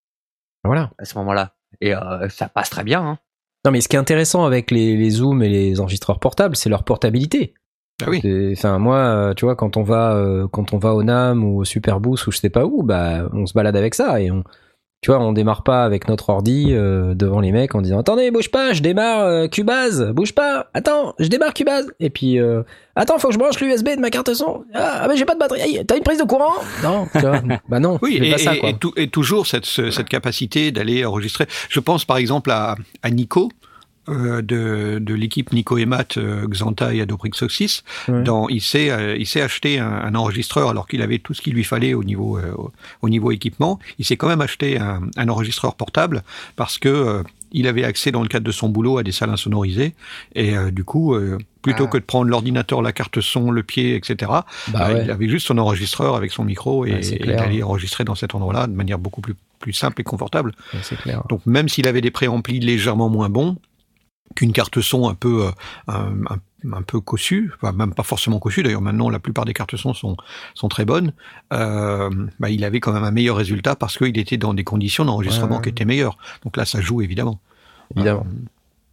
Voilà. À ce moment-là. Et euh, ça passe très bien, hein. Non, mais ce qui est intéressant avec les, les zooms et les enregistreurs portables, c'est leur portabilité. Ah oui. Enfin, moi, tu vois, quand on va, euh, quand on va au NAM ou au Superboost ou je sais pas où, bah, on se balade avec ça et on, tu vois, on démarre pas avec notre ordi euh, devant les mecs en disant attendez, bouge pas, je démarre euh, Cubase, bouge pas, attends, je démarre Cubase. Et puis, euh, attends, faut que je branche l'U S B de ma carte son. Ah, ah mais j'ai pas de batterie. Hey, t'as une prise de courant? Non, tu vois, bah non. Oui, et, pas ça, et, quoi. Et, tout, et toujours cette, cette capacité d'aller enregistrer. Je pense par exemple à, à Nico. Euh, de, de l'équipe Nico et Matt, euh, Xanta et Adoprix Oxys, ouais. dans, il s'est, euh, il s'est acheté un, un enregistreur alors qu'il avait tout ce qu'il lui fallait au niveau, euh, au niveau équipement. Il s'est quand même acheté un, un enregistreur portable parce que euh, il avait accès dans le cadre de son boulot à des salles insonorisées et euh, du coup, euh, plutôt ah. que de prendre l'ordinateur, la carte son, le pied, et cetera, bah bah, ouais. il avait juste son enregistreur avec son micro et, ouais, et il allait enregistrer dans cet endroit-là de manière beaucoup plus, plus simple et confortable. Ouais, c'est clair. Donc même s'il avait des préamplis légèrement moins bons, qu'une carte son un peu, un, un, un peu cossu, enfin même pas forcément cossu. D'ailleurs, maintenant, la plupart des cartes son sont sont très bonnes. Euh, bah, il avait quand même un meilleur résultat parce qu'il était dans des conditions d'enregistrement ouais, qui étaient meilleures. Donc là, ça joue évidemment. Évidemment. Euh...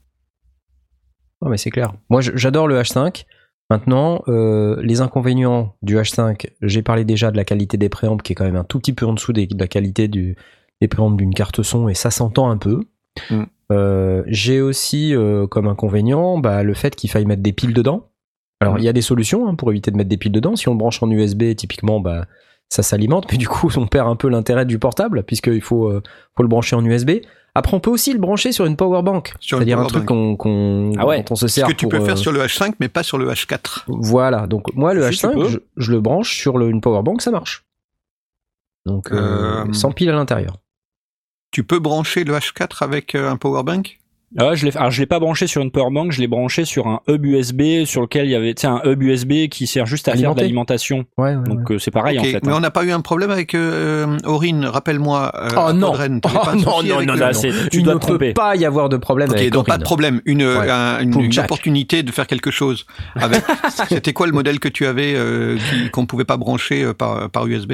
Non, mais c'est clair. Moi, j'adore le H cinq. Maintenant, euh, les inconvénients du H cinq, j'ai parlé déjà de la qualité des préampes qui est quand même un tout petit peu en dessous des, de la qualité du, des préampes d'une carte son et ça s'entend un peu. Mm. Euh, j'ai aussi euh, comme inconvénient bah, le fait qu'il faille mettre des piles dedans. Alors il y a des solutions hein, pour éviter de mettre des piles dedans. Si on le branche en U S B, typiquement, bah, ça s'alimente, mais du coup on perd un peu l'intérêt du portable puisqu'il faut, euh, faut le brancher en U S B. Après on peut aussi le brancher sur une power bank, sur c'est-à-dire un truc qu'on, qu'on, ah ouais. on se sert. Ce que tu pour, peux faire euh... sur le H cinq, mais pas sur le H quatre. Voilà, donc moi le si H cinq, je, je le branche sur le, une power bank, ça marche. Donc euh, euh... sans pile à l'intérieur. Tu peux brancher le H quatre avec un powerbank ? Ah, je l'ai, alors je l'ai pas branché sur une powerbank, je l'ai branché sur un hub U S B sur lequel il y avait, tu sais, un hub U S B qui sert juste à Alimenté. faire de l'alimentation. Ouais, ouais, Donc ouais. Euh, c'est pareil okay, en fait. Mais hein. on n'a pas eu un problème avec euh, Aurine, rappelle-moi. Euh, oh non, Audrey, oh, pas non, non, non, non, c'est, tu il dois ne te tromper. peut pas y avoir de problème okay, avec donc Aurine. pas de problème, une, ouais. un, une, une opportunité de faire quelque chose. Avec, c'était quoi le modèle que tu avais euh, qui, qu'on pouvait pas brancher euh, par, par U S B ?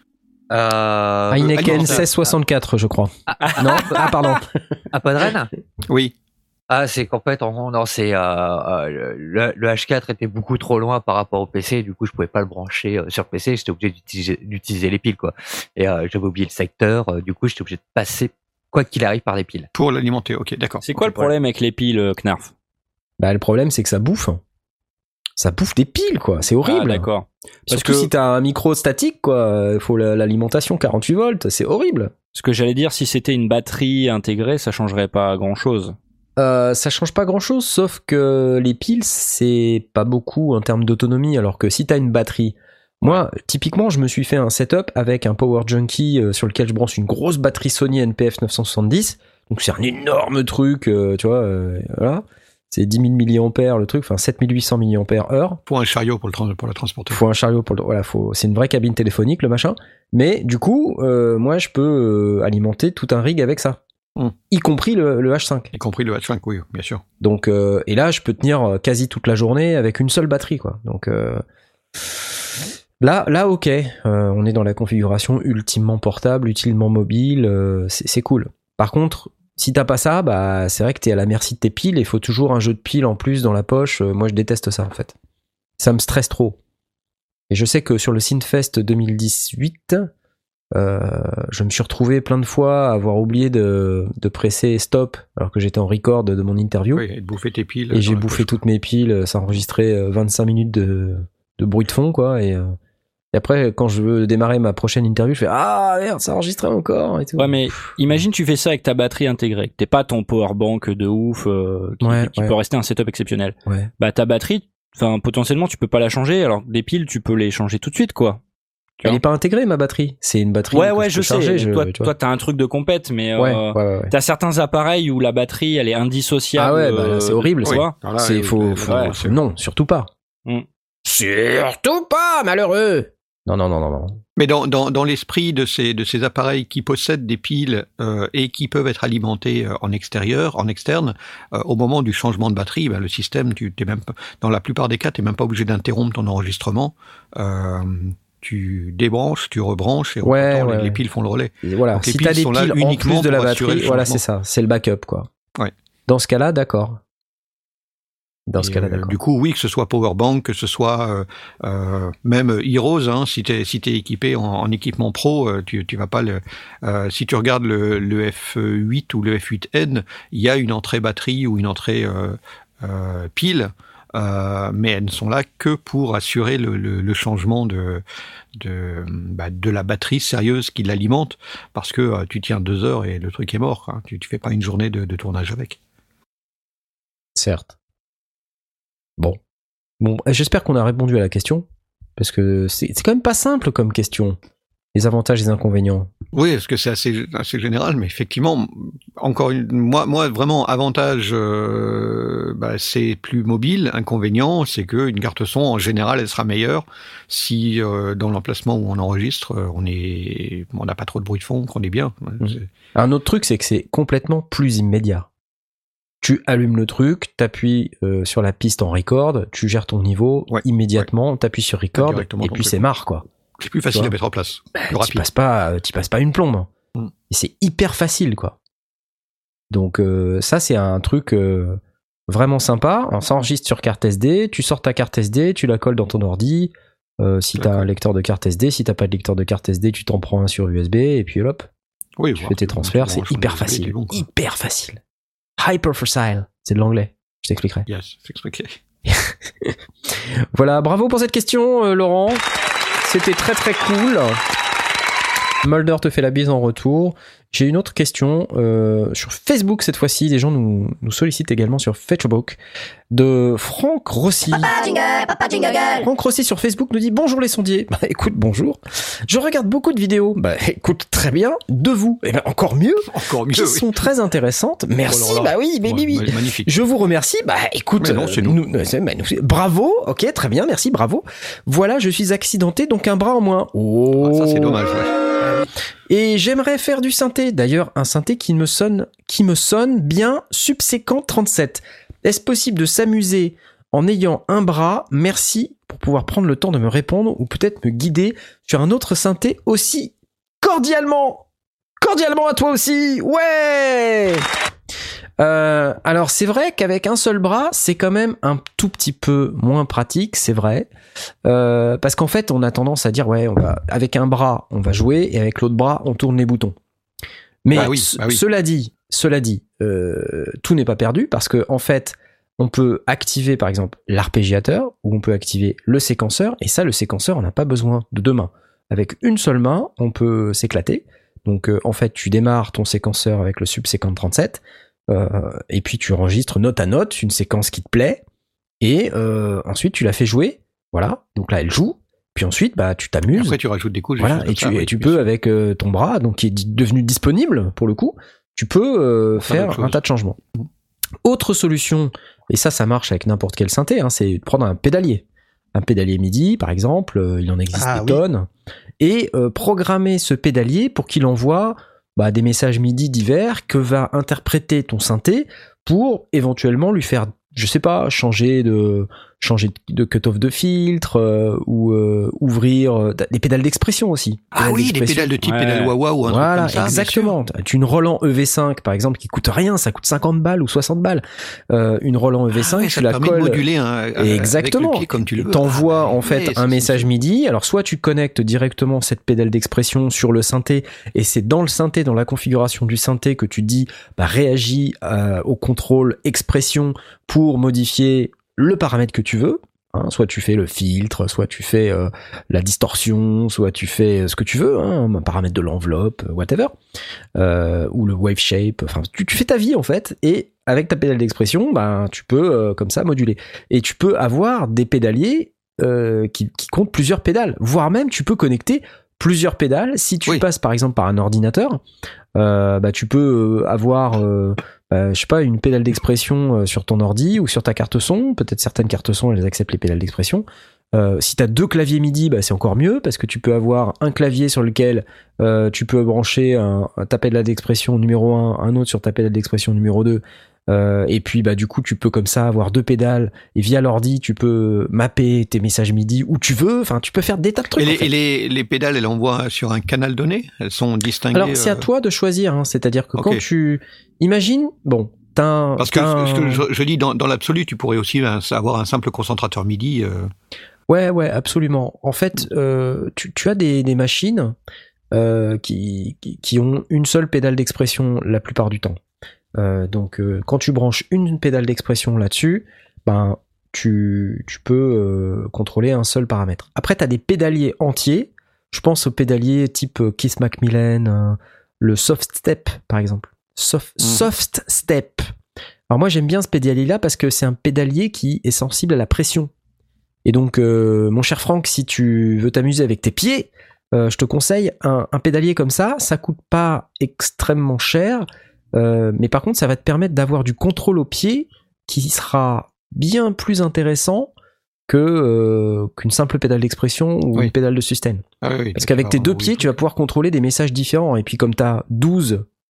Euh, Heineken euh, seize soixante-quatre, je crois. Ah, non, ah pardon. À Podren ? Oui. Ah, c'est qu'en fait, en, non, c'est euh, euh, le, le H quatre était beaucoup trop loin par rapport au P C, du coup, je pouvais pas le brancher euh, sur P C, j'étais obligé d'utiliser, d'utiliser les piles, quoi. Et euh, j'avais oublié le secteur, euh, du coup, j'étais obligé de passer quoi qu'il arrive par les piles. Pour l'alimenter, ok, d'accord. C'est quoi okay, le problème ouais. avec les piles, euh, Knarf ? Bah, le problème, c'est que ça bouffe. Ça bouffe des piles, quoi. C'est horrible. Ah, d'accord. Parce Surtout que si t'as un micro statique, quoi, il faut l'alimentation quarante-huit volts, c'est horrible. Ce que j'allais dire, si c'était une batterie intégrée, ça changerait pas grand-chose. Euh, ça change pas grand-chose, sauf que les piles, c'est pas beaucoup en termes d'autonomie, alors que si t'as une batterie... Moi, typiquement, je me suis fait un setup avec un Power Junkie euh, sur lequel je branche une grosse batterie Sony N P F neuf cent soixante-dix, donc c'est un énorme truc, euh, tu vois, euh, voilà... C'est dix mille milliampères le truc, enfin sept mille huit cents milliampères heure. Pour un chariot pour le tra- pour la transporter. Faut un chariot pour le, voilà, faut, c'est une vraie cabine téléphonique le machin. Mais du coup, euh, moi je peux euh, alimenter tout un rig avec ça, mm. y compris le, le H cinq. Y compris le H cinq, oui, bien sûr. Donc euh, et là je peux tenir quasi toute la journée avec une seule batterie, quoi. Donc euh, là, là ok, euh, on est dans la configuration ultimement portable, utilement mobile, euh, c'est, c'est cool. Par contre, si t'as pas ça, bah c'est vrai que t'es à la merci de tes piles et il faut toujours un jeu de piles en plus dans la poche. Moi je déteste ça en fait. Ça me stresse trop. Et je sais que sur le Synfest deux mille dix-huit, euh, je me suis retrouvé plein de fois à avoir oublié de, de presser stop alors que j'étais en record de mon interview. Oui, et de bouffer tes piles. Et j'ai bouffé poche. toutes mes piles, ça enregistrait vingt-cinq minutes de, de bruit de fond, quoi. Et, euh, et après, quand je veux démarrer ma prochaine interview, je fais ah merde, ça enregistrait encore et tout. Ouais, mais Pff, imagine tu fais ça avec ta batterie intégrée, que t'es pas ton powerbank de ouf, euh, qui, ouais, qui ouais. peut rester un setup exceptionnel. Ouais. Bah ta batterie, enfin potentiellement tu peux pas la changer, alors des piles tu peux les changer tout de suite, quoi. Tu Elle est pas intégrée ma batterie, c'est une batterie. Ouais que ouais, je, je sais. Charger, je, toi, tu toi t'as un truc de compète, mais ouais, euh, ouais, ouais, ouais. t'as certains appareils où la batterie elle est indissociable. Ah ouais, bah là, c'est horrible. Tu vois. Oui. C'est faut, faut, ouais, faut non, surtout pas. Mm. Surtout pas, malheureux. Non, non, non, non, non. Mais dans, dans, dans l'esprit de ces, de ces appareils qui possèdent des piles euh, et qui peuvent être alimentés euh, en extérieur, en externe, euh, au moment du changement de batterie, ben, le système, tu t'es même pas, dans la plupart des cas, tu n'es même pas obligé d'interrompre ton enregistrement. Euh, tu débranches, tu rebranches et en ouais, temps, ouais, les, ouais. les piles font le relais. Et voilà, donc, si tu as des piles en plus de la batterie, le voilà, c'est ça, c'est le backup, quoi. Ouais. Dans ce cas-là, d'accord. Dans ce cas-là, euh, d'accord. Du coup, oui, que ce soit Powerbank, que ce soit euh, euh, même Heroes, hein, si t'es si t'es équipé en, en équipement pro, euh, tu tu vas pas le. Euh, si tu regardes le, le F huit ou le F huit N, il y a une entrée batterie ou une entrée euh, euh, pile, euh, mais elles ne sont là que pour assurer le, le, le changement de de bah, de la batterie sérieuse qui l'alimente, parce que euh, tu tiens deux heures et le truc est mort. Hein, tu tu fais pas une journée de, de tournage avec. Certes. Bon, bon, j'espère qu'on a répondu à la question, parce que c'est, c'est quand même pas simple comme question, les avantages et les inconvénients. Oui, parce que c'est assez, assez général, mais effectivement, encore une, moi, moi vraiment avantage, euh, bah, c'est plus mobile. Inconvénient, c'est que une carte son en général, elle sera meilleure si euh, dans l'emplacement où on enregistre, on est, on n'a pas trop de bruit de fond, qu'on est bien. Mmh. Un autre truc, c'est que c'est complètement plus immédiat. tu allumes le truc, t'appuies euh, sur la piste en record, tu gères ton niveau Ouais, immédiatement, ouais. t'appuies sur record Directement et puis c'est marre quoi. C'est plus facile à mettre en place. Bah, plus rapide. Tu passes pas, tu passes pas une plombe. Mm. Et c'est hyper facile quoi. Donc euh, ça c'est un truc euh, vraiment sympa. On s'enregistre sur carte S D, tu sors ta carte S D, tu la colles dans ton ordi. Euh, si t'as un lecteur de carte S D, si t'as pas de lecteur de carte S D, tu t'en prends un sur U S B et puis hop, Oui, tu voir, fais tes tu transferts. C'est branches ton hyper U S B, facile, c'est bon, quoi. hyper facile. Hyper facile, c'est de l'anglais. Je t'expliquerai. Yes, c'est expliqué. Voilà, bravo pour cette question, euh, Laurent. C'était très très cool. Mulder te fait la bise en retour. J'ai une autre question euh, sur Facebook cette fois-ci. Des gens nous, nous sollicitent également sur Facebook de Franck Rossi. Papa jingle, papa jingle girl. Franck Rossi sur Facebook nous dit bonjour les sondiers. Bah écoute, bonjour. Je regarde beaucoup de vidéos. Bah écoute, très bien. De vous. Et ben encore mieux. Encore mieux, Qui oui. sont très intéressantes. Merci. Oh là là. Bah oui, mais oui, oui. Ouais, magnifique. Je vous remercie. Bah écoute, Mais non, c'est nous. euh, c'est- bah, nous- bravo. Ok, très bien, merci, bravo. Voilà, je suis accidenté, donc un bras en moins. Oh. Ah, ça, c'est dommage, ouais. Et j'aimerais faire du synthé. D'ailleurs, un synthé qui me sonne, qui me sonne bien Subséquent trente-sept. Est-ce possible de s'amuser en ayant un bras? Merci pour pouvoir prendre le temps de me répondre ou peut-être me guider sur un autre synthé aussi cordialement. Cordialement à toi aussi. Ouais. Euh, alors c'est vrai qu'avec un seul bras, c'est quand même un tout petit peu moins pratique, c'est vrai, euh, parce qu'en fait, on a tendance à dire ouais, on va avec un bras, on va jouer et avec l'autre bras, on tourne les boutons. Mais Bah oui, ce- bah oui. cela dit, cela dit, euh, tout n'est pas perdu parce que en fait, on peut activer par exemple l'arpégiateur ou on peut activer le séquenceur et ça, le séquenceur, on n'a pas besoin de deux mains. Avec une seule main, on peut s'éclater. Donc euh, en fait, tu démarres ton séquenceur avec le Subséquent trente-sept. Euh, et puis tu enregistres note à note une séquence qui te plaît et euh, ensuite tu la fais jouer, voilà, donc là elle joue, puis ensuite bah tu Et t'amuses, après, tu rajoutes des couches. des voilà, choses et comme tu, ça, et oui, tu bien peux sûr. avec euh, ton bras, donc qui est di- devenu disponible pour le coup, tu peux euh, Faire faire autre un chose. tas de changements. Autre solution, et ça ça marche avec n'importe quel synthé, hein, c'est de prendre un pédalier, un pédalier MIDI par exemple, euh, il en existe Ah des oui. tonnes, et euh, programmer ce pédalier pour qu'il envoie bah, des messages MIDI divers que va interpréter ton synthé pour éventuellement lui faire, je sais pas, changer de changer de cut-off de filtre euh, ou euh, ouvrir euh, des pédales d'expression aussi. Ah Pédales oui, des d'expression. pédales de type Ouais. pédale wah-wah ou un Voilà, truc comme ça. bien exactement. Tu as une Roland E V cinq par exemple qui coûte rien, ça coûte cinquante balles ou soixante balles. Euh, une Roland E V sûr. cinq, Ah ouais, tu ça te la permet de colles. moduler un, un- Exactement. avec le pied comme tu le veux. T'envoies Ah, bah, en fait ouais, ça, un c'est- message MIDI. Alors soit tu connectes directement cette pédale d'expression sur le synthé et c'est dans le synthé, dans la configuration du synthé que tu dis bah, réagis euh, au contrôle expression pour modifier le paramètre que tu veux. Hein, soit tu fais le filtre, soit tu fais euh, la distorsion, soit tu fais ce que tu veux, hein, un paramètre de l'enveloppe, whatever, euh, ou le wave shape. Enfin, tu, tu fais ta vie en fait, et avec ta pédale d'expression, ben tu peux euh, comme ça moduler. Et tu peux avoir des pédaliers euh, qui, qui comptent plusieurs pédales, voire même tu peux connecter plusieurs pédales. Si tu Oui. passes par exemple par un ordinateur, euh, bah tu peux euh, avoir euh, bah, je sais pas, une pédale d'expression euh, sur ton ordi ou sur ta carte son. Peut-être certaines cartes son elles acceptent les pédales d'expression. Euh, si t'as deux claviers MIDI, bah, c'est encore mieux parce que tu peux avoir un clavier sur lequel euh, tu peux brancher un, ta pédale d'expression numéro un, un autre sur ta pédale d'expression numéro deux. Euh, et puis bah du coup tu peux comme ça avoir deux pédales et via l'ordi tu peux mapper tes messages MIDI où tu veux. Enfin tu peux faire des tas de trucs. Et, en les, fait. et les, les pédales, elles envoient sur un canal donné. Elles sont distinguées. Alors c'est à euh, toi de choisir. Hein. C'est-à-dire que Ok. quand tu imagines, bon, t'as un, Parce que t'as un- ce que je, je dis dans, dans l'absolu, tu pourrais aussi euh, avoir un simple concentrateur MIDI. euh, Ouais, ouais, absolument. En fait, euh, tu, tu as des, des machines euh, qui, qui, qui ont une seule pédale d'expression la plupart du temps. Euh, donc, euh, quand tu branches une pédale d'expression là-dessus, ben, tu, tu peux euh, contrôler un seul paramètre. Après, tu as des pédaliers entiers. Je pense aux pédaliers type euh, Keith Macmillan, euh, le Soft Step, par exemple. Soft, Mhm. Soft Step. Alors moi, j'aime bien ce pédalier-là parce que c'est un pédalier qui est sensible à la pression. Et donc, euh, mon cher Franck, si tu veux t'amuser avec tes pieds, euh, je te conseille un, un pédalier comme ça. Ça coûte pas extrêmement cher, euh, mais par contre, ça va te permettre d'avoir du contrôle au pied qui sera bien plus intéressant que euh, qu'une simple pédale d'expression ou Oui. une pédale de sustain. ah oui, Parce qu'avec tes deux oui, pieds, oui. tu vas pouvoir contrôler des messages différents. Et puis, comme tu as douze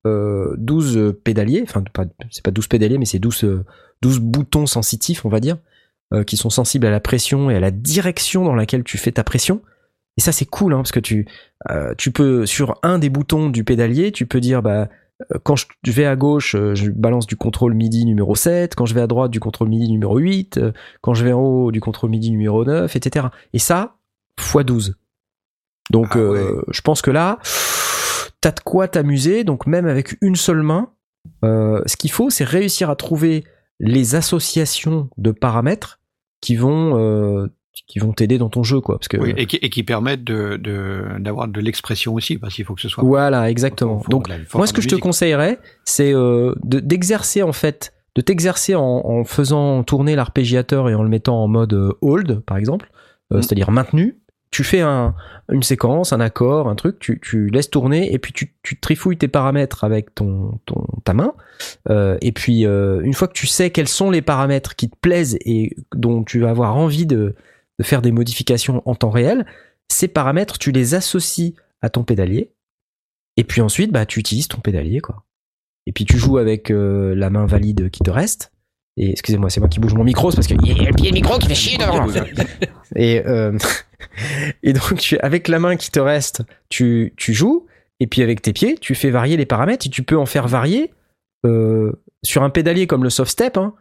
euh, douze pédaliers, enfin pas, c'est pas douze pédaliers, mais c'est douze, euh, douze boutons sensitifs, on va dire, euh, qui sont sensibles à la pression et à la direction dans laquelle tu fais ta pression. Et ça c'est cool, hein, parce que tu, euh, tu peux, sur un des boutons du pédalier, tu peux dire, bah, quand je vais à gauche, je balance du contrôle MIDI numéro sept, quand je vais à droite, du contrôle MIDI numéro huit, quand je vais en haut, du contrôle MIDI numéro neuf, et cetera. Et ça, fois douze. Donc, ah ouais. euh, je pense que là, t'as de quoi t'amuser. Donc, même avec une seule main, euh, ce qu'il faut, c'est réussir à trouver les associations de paramètres qui vont... Euh, qui vont t'aider dans ton jeu, quoi. Parce que, oui, et, qui, et qui permettent de, de, d'avoir de l'expression aussi, parce qu'il faut que ce soit... Voilà, exactement. Faut, faut Donc, moi, ce que je te conseillerais, c'est euh, de, d'exercer, en fait, de t'exercer en, en faisant tourner l'arpégiateur et en le mettant en mode euh, hold, par exemple, euh, mmh. c'est-à-dire maintenu. Tu fais un, une séquence, un accord, un truc, tu, tu laisses tourner, et puis tu, tu trifouilles tes paramètres avec ton, ton, ta main. Euh, et puis, euh, une fois que tu sais quels sont les paramètres qui te plaisent et dont tu vas avoir envie de de faire des modifications en temps réel, ces paramètres, tu les associes à ton pédalier, et puis ensuite, bah, tu utilises ton pédalier, quoi. Et puis tu joues avec euh, la main valide qui te reste, et excusez-moi, c'est moi qui bouge mon micro, c'est parce qu'il y a le pied de micro qui fait chier devant. et, euh, et donc, tu, avec la main qui te reste, tu, tu joues, et puis avec tes pieds, tu fais varier les paramètres, et tu peux en faire varier euh, sur un pédalier comme le soft step, hein,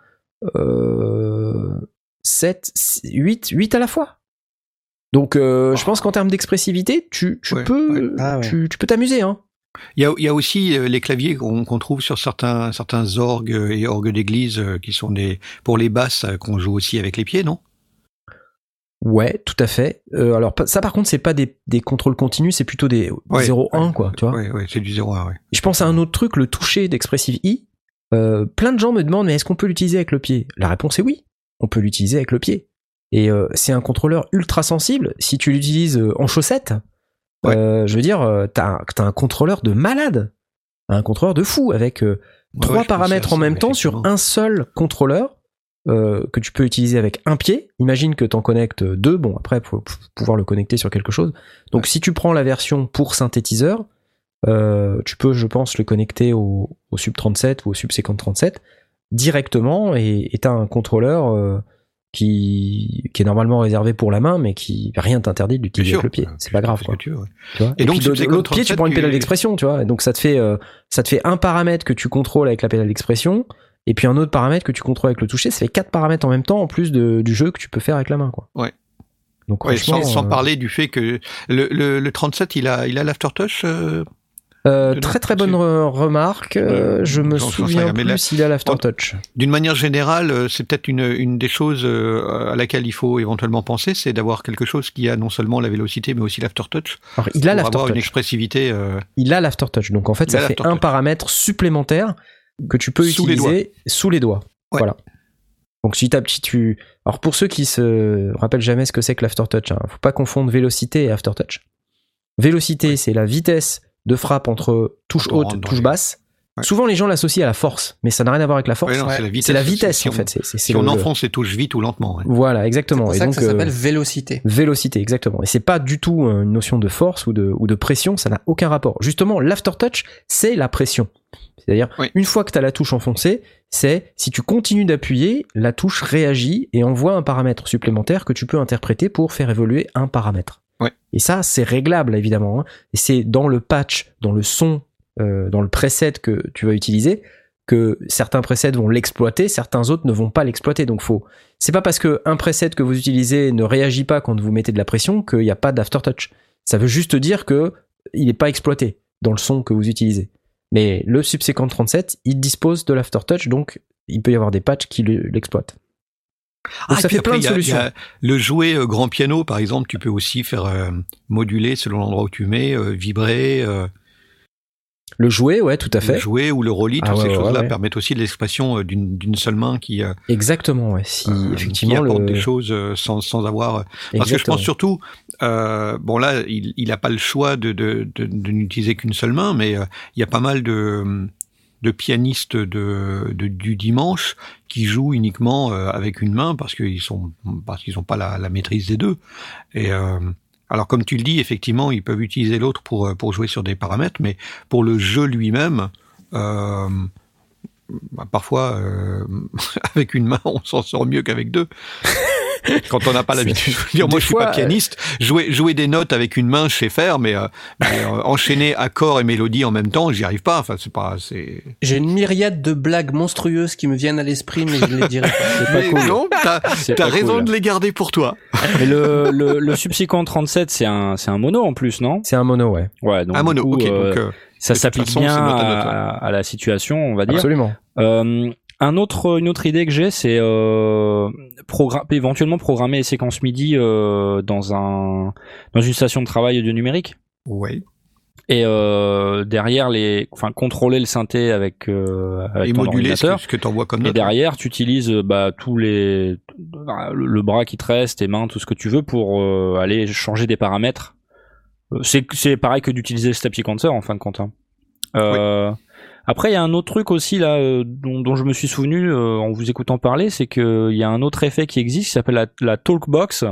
euh, sept, huit, huit à la fois. Donc, euh, oh. je pense qu'en termes d'expressivité, tu, tu ouais, peux, ouais. Ah, ouais. tu, tu peux t'amuser, hein. Il y a, il y a aussi les claviers qu'on, qu'on trouve sur certains, certains orgues et orgues d'église qui sont des, pour les basses, qu'on joue aussi avec les pieds, non? Ouais, tout à fait. Euh, alors, ça, par contre, c'est pas des, des contrôles continus, c'est plutôt des ouais, zéro un, ouais, quoi, tu vois. Ouais, ouais, c'est du zéro un, ouais. Je pense à un autre truc, le toucher d'Expressive I. Euh, plein de gens me demandent, mais est-ce qu'on peut l'utiliser avec le pied? La réponse est oui. On peut l'utiliser avec le pied. Et euh, c'est un contrôleur ultra sensible. Si tu l'utilises euh, en chaussettes, ouais. euh, je veux dire, euh, t'as, t'as un contrôleur de malade, un contrôleur de fou, avec euh, ouais, trois ouais, paramètres en même temps sur un seul contrôleur euh, que tu peux utiliser avec un pied. Imagine que t'en connectes deux. Bon, après, il faut pouvoir le connecter sur quelque chose. Donc, ouais. si tu prends la version pour synthétiseur, euh, tu peux, je pense, le connecter au, au Sub trente-sept ou au Subsequent trente-sept directement, et t'as un contrôleur euh, qui, qui est normalement réservé pour la main, mais qui rien t'interdit de l'utiliser avec le pied. C'est pas grave, quoi. Tu veux, ouais. tu vois et, et donc, de, de l'autre pied, tu prends une pédale tu... d'expression, tu vois. Et donc, ça te fait, euh, ça te fait un paramètre que tu contrôles avec la pédale d'expression, et puis un autre paramètre que tu contrôles avec le toucher. Ça fait quatre paramètres en même temps, en plus de, du jeu que tu peux faire avec la main, quoi. Ouais. Donc, ouais, sans, sans euh... parler du fait que le, le, le trente-sept, il a, il a l'aftertouch. Euh... Euh, très très bonne re- remarque. Euh, je me J'en souviens plus s'il a l'aftertouch. D'une manière générale, c'est peut-être une, une des choses à laquelle il faut éventuellement penser, c'est d'avoir quelque chose qui a non seulement la vélocité, mais aussi l'aftertouch. Alors, il a l'aftertouch. Avoir une expressivité. Euh... Il a l'aftertouch. Donc en fait, ça fait un paramètre supplémentaire que tu peux sous utiliser les sous les doigts. Ouais. Voilà. Donc si t'as petit tu. Alors pour ceux qui se rappellent jamais ce que c'est que l'aftertouch, hein, faut pas confondre vélocité et aftertouch. Vélocité, ouais. c'est la vitesse de frappe entre touche haute, touche basse. Ouais. Souvent, les gens l'associent à la force, mais ça n'a rien à voir avec la force. Ouais, non, c'est la vitesse, c'est la vitesse si en on, fait. C'est, c'est, c'est si le, on enfonce les touches vite ou lentement. Ouais. Voilà, exactement. C'est pour ça et donc, que ça s'appelle euh, vélocité. Vélocité, exactement. Et c'est pas du tout une notion de force ou de, ou de pression, ça n'a aucun rapport. Justement, l'aftertouch, c'est la pression. C'est-à-dire, oui. une fois que tu as la touche enfoncée, c'est si tu continues d'appuyer, la touche réagit et envoie un paramètre supplémentaire que tu peux interpréter pour faire évoluer un paramètre. Ouais. Et ça, c'est réglable, évidemment. Hein. Et c'est dans le patch, dans le son, euh, dans le preset que tu vas utiliser, que certains presets vont l'exploiter, certains autres ne vont pas l'exploiter. Donc, faut. C'est pas parce qu'un preset que vous utilisez ne réagit pas quand vous mettez de la pression qu'il n'y a pas d'aftertouch. Ça veut juste dire que il n'est pas exploité dans le son que vous utilisez. Mais le Subsequent trente-sept, il dispose de l'aftertouch, donc il peut y avoir des patchs qui l'exploitent. Donc ah, ça fait plein de y a, solutions. Y a le jouet euh, grand piano, par exemple, tu peux aussi faire euh, moduler selon l'endroit où tu mets, euh, vibrer. Euh, le jouet, ouais, tout à fait. Le jouet ou le rolly, ah, toutes ouais, ces ouais, choses-là ouais. permettent aussi l'expression euh, d'une, d'une seule main qui. Euh, Exactement, ouais. Si euh, effectivement qui apporte le... des choses euh, sans sans avoir. Euh, parce que je pense surtout, euh, bon là, il il a pas le choix de de de, de n'utiliser qu'une seule main, mais euh, il y a pas mal de de pianistes de, de du dimanche qui jouent uniquement euh, avec une main parce qu'ils sont parce qu'ils ont pas la, la maîtrise des deux. Et euh, alors comme tu le dis, effectivement, ils peuvent utiliser l'autre pour pour jouer sur des paramètres, mais pour le jeu lui-même, Euh, bah, parfois, euh, avec une main, on s'en sort mieux qu'avec deux. Quand on n'a pas l'habitude. Je veux dire, moi, je suis fois, pas pianiste. Jouer, jouer des notes avec une main, je sais faire, mais, euh, mais euh, enchaîner accords et mélodies en même temps, j'y arrive pas. Enfin, c'est pas. C'est... J'ai une myriade de blagues monstrueuses qui me viennent à l'esprit, mais je ne les dirai pas. C'est pas mais cool. non, t'as, C'est t'as pas raison cool. de les garder pour toi. Mais le, le, le Subsequent trente-sept, c'est un, c'est un mono en plus, non? C'est un mono, ouais. Ouais, donc. Un mono, du coup, ok. euh, donc, euh, ça de toute s'applique façon, bien c'est note à note, à, à la situation, on va dire. Absolument. Euh, un autre, une autre idée que j'ai, c'est euh, progra- éventuellement programmer les séquences MIDI euh, dans un dans une station de travail audio numérique. ouais. Et euh, derrière les, enfin contrôler le synthé avec, euh, avec Et ton moduler ce ordinateur. que, ce que t'envoies comme Et note. derrière, tu utilises bah, tous les le, le bras qui te reste, tes mains, tout ce que tu veux pour euh, aller changer des paramètres. Euh, C'est c'est pareil que d'utiliser le step sequencer en fin de compte. Hein. Euh, oui. Après, il y a un autre truc aussi là euh, dont, dont je me suis souvenu euh, en vous écoutant parler, c'est que il y a un autre effet qui existe qui s'appelle la, la Talkbox.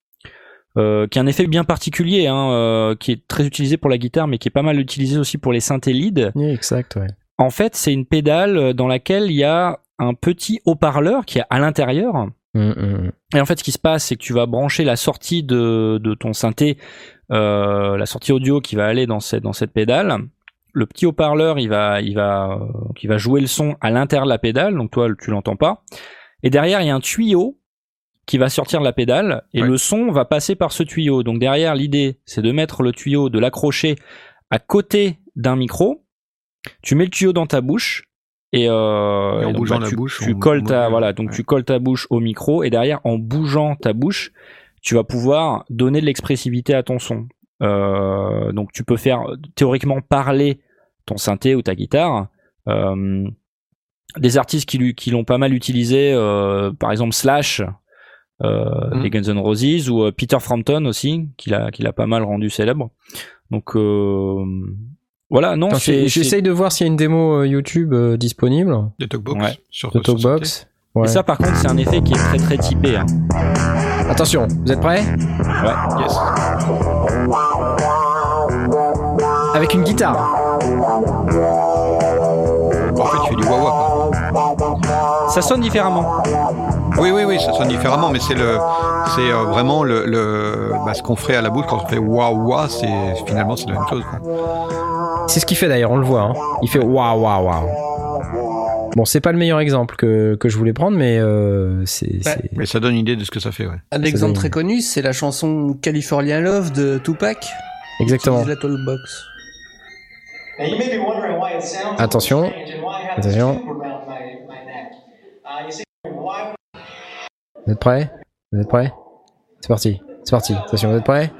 Euh, qui est un effet bien particulier, hein, euh, qui est très utilisé pour la guitare, mais qui est pas mal utilisé aussi pour les synthés lead. Oui, exact, ouais. En fait, c'est une pédale dans laquelle il y a un petit haut-parleur qui est à l'intérieur. Mmh, mmh. Et en fait, ce qui se passe, c'est que tu vas brancher la sortie de, de ton synthé, euh, la sortie audio qui va aller dans cette, dans cette pédale. Le petit haut-parleur, il va, il va, euh, qui va jouer le son à l'intérieur de la pédale, donc toi, tu l'entends pas. Et derrière, il y a un tuyau qui va sortir de la pédale et ouais. le son va passer par ce tuyau. Donc derrière, l'idée, c'est de mettre le tuyau, de l'accrocher à côté d'un micro. Tu mets le tuyau dans ta bouche et, euh, et en donc, bougeant bah, la tu, bouche, tu on... colles ta ouais. voilà, donc ouais. tu colles ta bouche au micro et derrière, en bougeant ta bouche, tu vas pouvoir donner de l'expressivité à ton son. Euh, donc tu peux faire théoriquement parler ton synthé ou ta guitare. Euh, des artistes qui, qui l'ont pas mal utilisé, euh, par exemple Slash. Euh, mmh. les Guns N' Roses ou euh, Peter Frampton aussi qui l'a qui l'a pas mal rendu célèbre. Donc euh, voilà, non, Attends, c'est, j'essaye c'est... de voir s'il y a une démo YouTube euh, disponible. De Talkbox. Ouais. Sur de Talkbox. Ouais. Et ça, par contre, c'est un effet qui est très très typé. Hein. Attention, vous êtes prêts? Ouais. Yes. Avec une guitare. En fait, tu fais du wah-wah. Ça sonne différemment. Oui, oui, oui, ça sonne différemment, mais c'est le, c'est euh, vraiment le, le, bah, ce qu'on ferait à la bouche quand on fait wah wah, c'est finalement c'est la même chose. Quoi. C'est ce qu'il fait d'ailleurs, on le voit. Hein. Il fait wah wah wah. Bon, c'est pas le meilleur exemple que que je voulais prendre, mais euh, c'est, ouais. c'est. Mais ça donne une idée de ce que ça fait, ouais. Un exemple très connu, c'est la chanson California Love de Tupac. Exactement. La Talkbox. Attention. Attention. Vous êtes prêts? Vous êtes prêts? C'est parti. C'est parti. Attention, vous êtes prêts?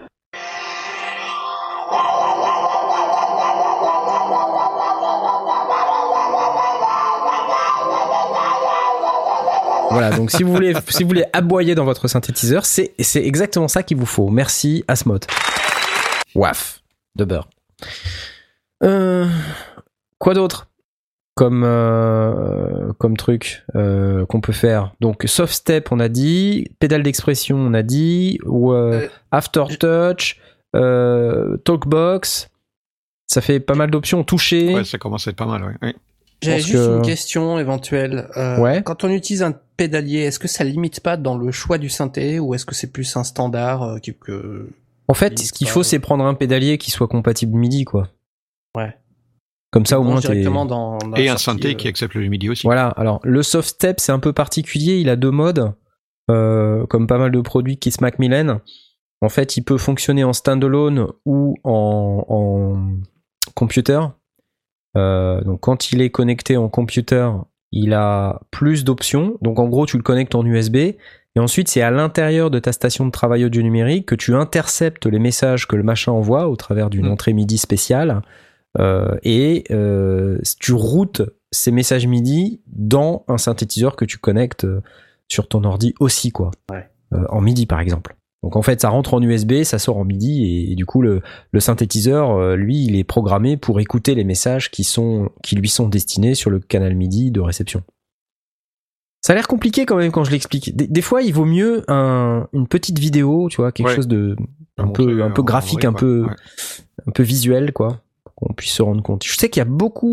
Voilà, donc si vous voulez, si vous voulez aboyer dans votre synthétiseur, c'est, c'est exactement ça qu'il vous faut. Merci, Asmod. Waf, de beurre. Euh, quoi d'autre? Comme euh, comme truc euh, qu'on peut faire. Donc soft step on a dit, pédale d'expression on a dit, ou euh, euh, aftertouch, euh, talkbox, ça fait pas mal d'options. Toucher. Ouais, ça commence à être pas mal. Ouais. Oui. J'avais juste que... une question éventuelle. Euh, ouais. Quand on utilise un pédalier, est-ce que ça limite pas dans le choix du synthé ou est-ce que c'est plus un standard euh, qui, que En fait, ce qu'il faut, c'est prendre un pédalier qui soit compatible MIDI, quoi. Ouais. Comme ça, au moins, directement dans, dans et un sortie, synthé euh... qui accepte le MIDI aussi. Voilà. Alors, le soft step, c'est un peu particulier. Il a deux modes, euh, comme pas mal de produits Kiss Macmillan. En fait, il peut fonctionner en standalone ou en, en computer. Euh, donc, quand il est connecté en computer, il a plus d'options. Donc, en gros, tu le connectes en U S B. Et ensuite, c'est à l'intérieur de ta station de travail audio numérique que tu interceptes les messages que le machin envoie au travers d'une mmh. entrée MIDI spéciale. Euh, et euh, tu routes ces messages MIDI dans un synthétiseur que tu connectes sur ton ordi aussi, quoi. Ouais. Euh, en MIDI, par exemple. Donc en fait, ça rentre en U S B, ça sort en MIDI, et, et du coup, le, le synthétiseur, euh, lui, il est programmé pour écouter les messages qui sont, qui lui sont destinés sur le canal MIDI de réception. Ça a l'air compliqué quand même quand je l'explique. Des, des fois, il vaut mieux un, une petite vidéo, tu vois, quelque ouais. chose de un peu, montrer, un peu graphique, vrai, un peu, ouais. un peu visuel, quoi. Qu'on puisse se rendre compte. Je sais qu'il y a beaucoup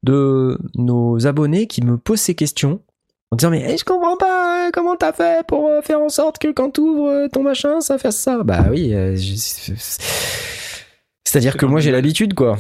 de nos abonnés qui me posent ces questions en disant mais hey, je comprends pas hein, comment t'as fait pour euh, faire en sorte que quand t'ouvres euh, ton machin ça fasse ça. Bah oui, euh, je... c'est-à-dire que moi j'ai l'habitude quoi.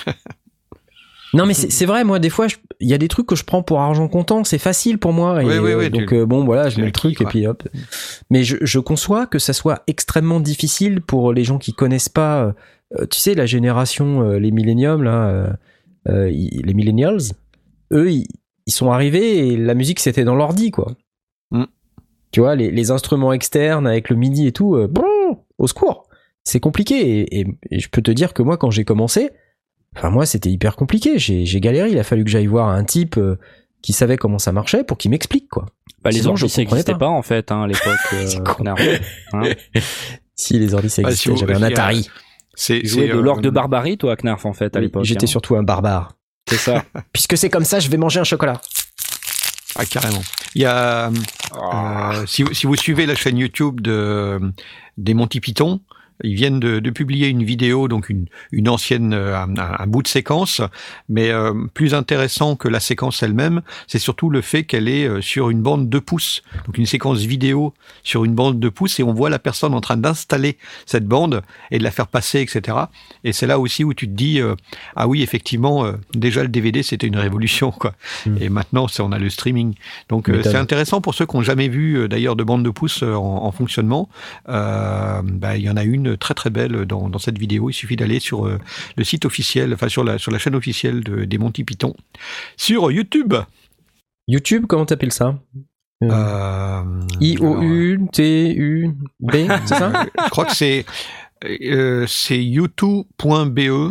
Non mais c'est, c'est vrai, moi des fois il y a des trucs que je prends pour argent comptant, c'est facile pour moi et oui, oui, oui, euh, donc tu, euh, bon voilà je mets le truc quoi. Et puis hop. Mais je, je conçois que ça soit extrêmement difficile pour les gens qui connaissent pas, euh, tu sais la génération euh, les milléniums là, euh, euh, les millennials, eux ils, ils sont arrivés et la musique c'était dans l'ordi quoi. Mm. Tu vois les, les instruments externes avec le MIDI et tout, euh, bon, au secours, c'est compliqué et, et, et je peux te dire que moi quand j'ai commencé. Enfin, moi, c'était hyper compliqué. J'ai, j'ai galéré. Il a fallu que j'aille voir un type euh, qui savait comment ça marchait pour qu'il m'explique, quoi. Bah, les ordi, ça n'existait pas. pas, en fait, hein, à l'époque. Euh, hein si, les ordi, ça existait. Ah, si J'avais un Atari. C'est, tu jouais de euh, l'orgue de barbarie, toi, Knarf, en fait, à oui, l'époque. J'étais hein. surtout un barbare. C'est ça. Puisque c'est comme ça, je vais manger un chocolat. Ah, carrément. Il y a, oh. euh, si, si vous suivez la chaîne YouTube de, des Monty Python, ils viennent de, de publier une vidéo, donc une, une ancienne, un, un bout de séquence, mais euh, plus intéressant que la séquence elle-même, c'est surtout le fait qu'elle est euh, sur une bande deux pouces, donc une séquence vidéo sur une bande deux pouces, et on voit la personne en train d'installer cette bande et de la faire passer, et cetera. Et c'est là aussi où tu te dis, euh, ah oui, effectivement, euh, déjà le D V D c'était une révolution, quoi. Mmh. Et maintenant, c'est, on a le streaming. Donc euh, c'est intéressant pour ceux qui n'ont jamais vu euh, d'ailleurs de bande deux pouces euh, en, en fonctionnement. Euh, bah, il y en a une très très belle dans, dans cette vidéo. Il suffit d'aller sur euh, le site officiel, enfin sur la, sur la chaîne officielle de, des Monty Python, sur YouTube. YouTube, comment t'appelles ça euh, euh, I O U T U B, c'est ça? Je crois que c'est euh, c'est youtube point b e.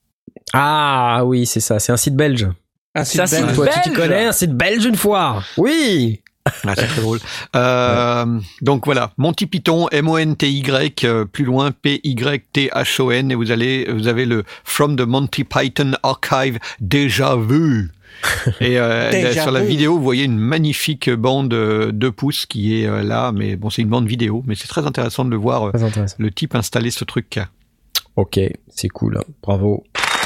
Ah oui, c'est ça, c'est un site belge. Un site ça, belge. Toi, tu t'y connais, un site belge une fois. Oui. Ah, c'est très drôle. Euh, ouais. Donc voilà, Monty Python, M O N T Y, euh, plus loin, P Y T H O N, et vous allez, vous avez le From the Monty Python Archive déjà vu. Et euh, déjà sur la vu. vidéo, vous voyez une magnifique bande euh, deux pouces qui est euh, là, mais bon, c'est une bande vidéo, mais c'est très intéressant de le voir, euh, le type installer ce truc. Ok, c'est cool, bravo.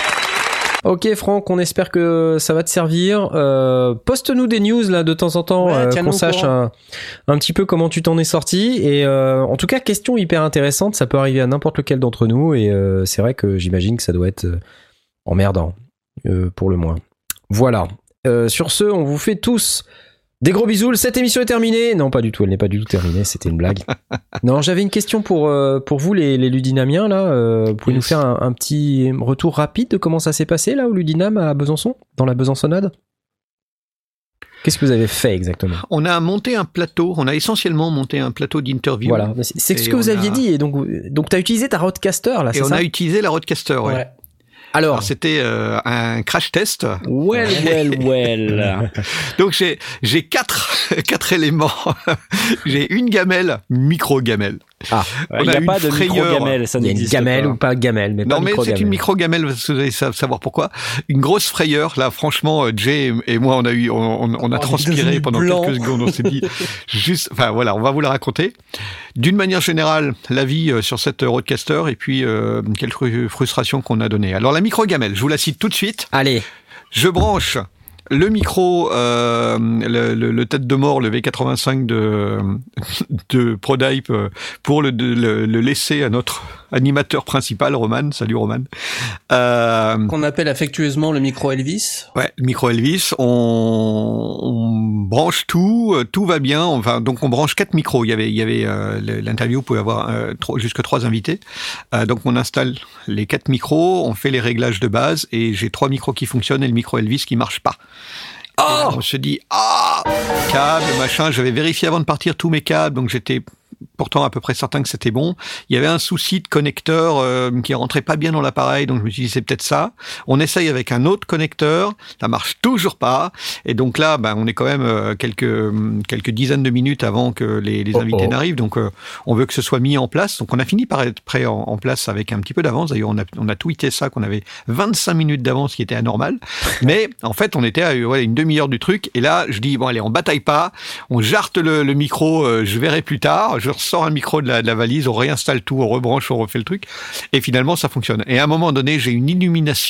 Ok Franck, on espère que ça va te servir. Euh, poste-nous des news là de temps en temps, ouais, euh, qu'on sache un, un petit peu comment tu t'en es sorti. Et euh, en tout cas, question hyper intéressante, ça peut arriver à n'importe lequel d'entre nous. Et euh, c'est vrai que j'imagine que ça doit être euh, emmerdant, euh, pour le moins. Voilà. Euh, sur ce, on vous fait tous des gros bisous. Cette émission est terminée. Non, pas du tout. Elle n'est pas du tout terminée. C'était une blague. Non, j'avais une question pour euh, pour vous les, les ludinamiens là. Euh, vous pouvez yes. nous faire un, un petit retour rapide de comment ça s'est passé là au Ludinam à Besançon, dans la Besançonnade. Qu'est-ce que vous avez fait exactement? On a monté un plateau. On a essentiellement monté un plateau d'interview. Voilà. C'est, c'est ce que vous aviez a... dit. Et donc donc t'as utilisé ta Rodecaster là. Et c'est on ça a utilisé la Rodecaster. Ouais. ouais. Alors, Alors c'était euh, un crash test. Well, well, well. Donc j'ai j'ai quatre quatre éléments. J'ai une gamelle, micro gamelle. Ah, il n'y a, a pas de micro-gamelle, ça n'existe pas. Il y a une gamelle ou pas gamelle, mais non, pas mais micro-gamelle. C'est une micro-gamelle, vous allez savoir pourquoi. Une grosse frayeur, là, franchement, Jay et moi, on a eu, on, on a oh, transpiré pendant blanc. quelques secondes, on s'est dit, juste, enfin voilà, on va vous la raconter. D'une manière générale, la vie sur cette Rodecaster, et puis, euh, quelle frustration qu'on a donnée. Alors, la micro-gamelle, je vous la cite tout de suite. Allez. Je branche le micro, euh, le, le, le tête de mort, le V quatre-vingt-cinq de, de ProDype, pour le, le, le laisser à notre animateur principal, Roman. Salut Roman. Euh, Qu'on appelle affectueusement le micro Elvis. Ouais, le micro Elvis. On, on branche tout, tout va bien. Enfin, donc on branche quatre micros. Il y avait, il y avait euh, l'interview pouvait avoir euh, trois, jusque trois invités. Euh, donc on installe les quatre micros, on fait les réglages de base, et j'ai trois micros qui fonctionnent et le micro Elvis qui marche pas. Oh, on se dit, ah, câble, machin. J'avais vérifié avant de partir tous mes câbles, donc j'étais pourtant à peu près certain que c'était bon. Il y avait un souci de connecteur euh, qui rentrait pas bien dans l'appareil, donc je me suis dit c'est peut-être ça. On essaye avec un autre connecteur, ça marche toujours pas. Et donc là, ben on est quand même euh, quelques quelques dizaines de minutes avant que les, les invités oh, oh. n'arrivent, donc euh, on veut que ce soit mis en place. Donc on a fini par être prêt en, en place avec un petit peu d'avance. D'ailleurs, on a on a tweeté ça qu'on avait vingt-cinq minutes d'avance, qui était anormal. Mais en fait, on était à voilà, une demi-heure du truc. Et là, je dis bon allez, on bataille pas, on jarte le, le micro. Euh, je verrai plus tard. Je sort un micro de la, de la valise, on réinstalle tout, on rebranche, on refait le truc, et finalement ça fonctionne. Et à un moment donné, j'ai une illumination,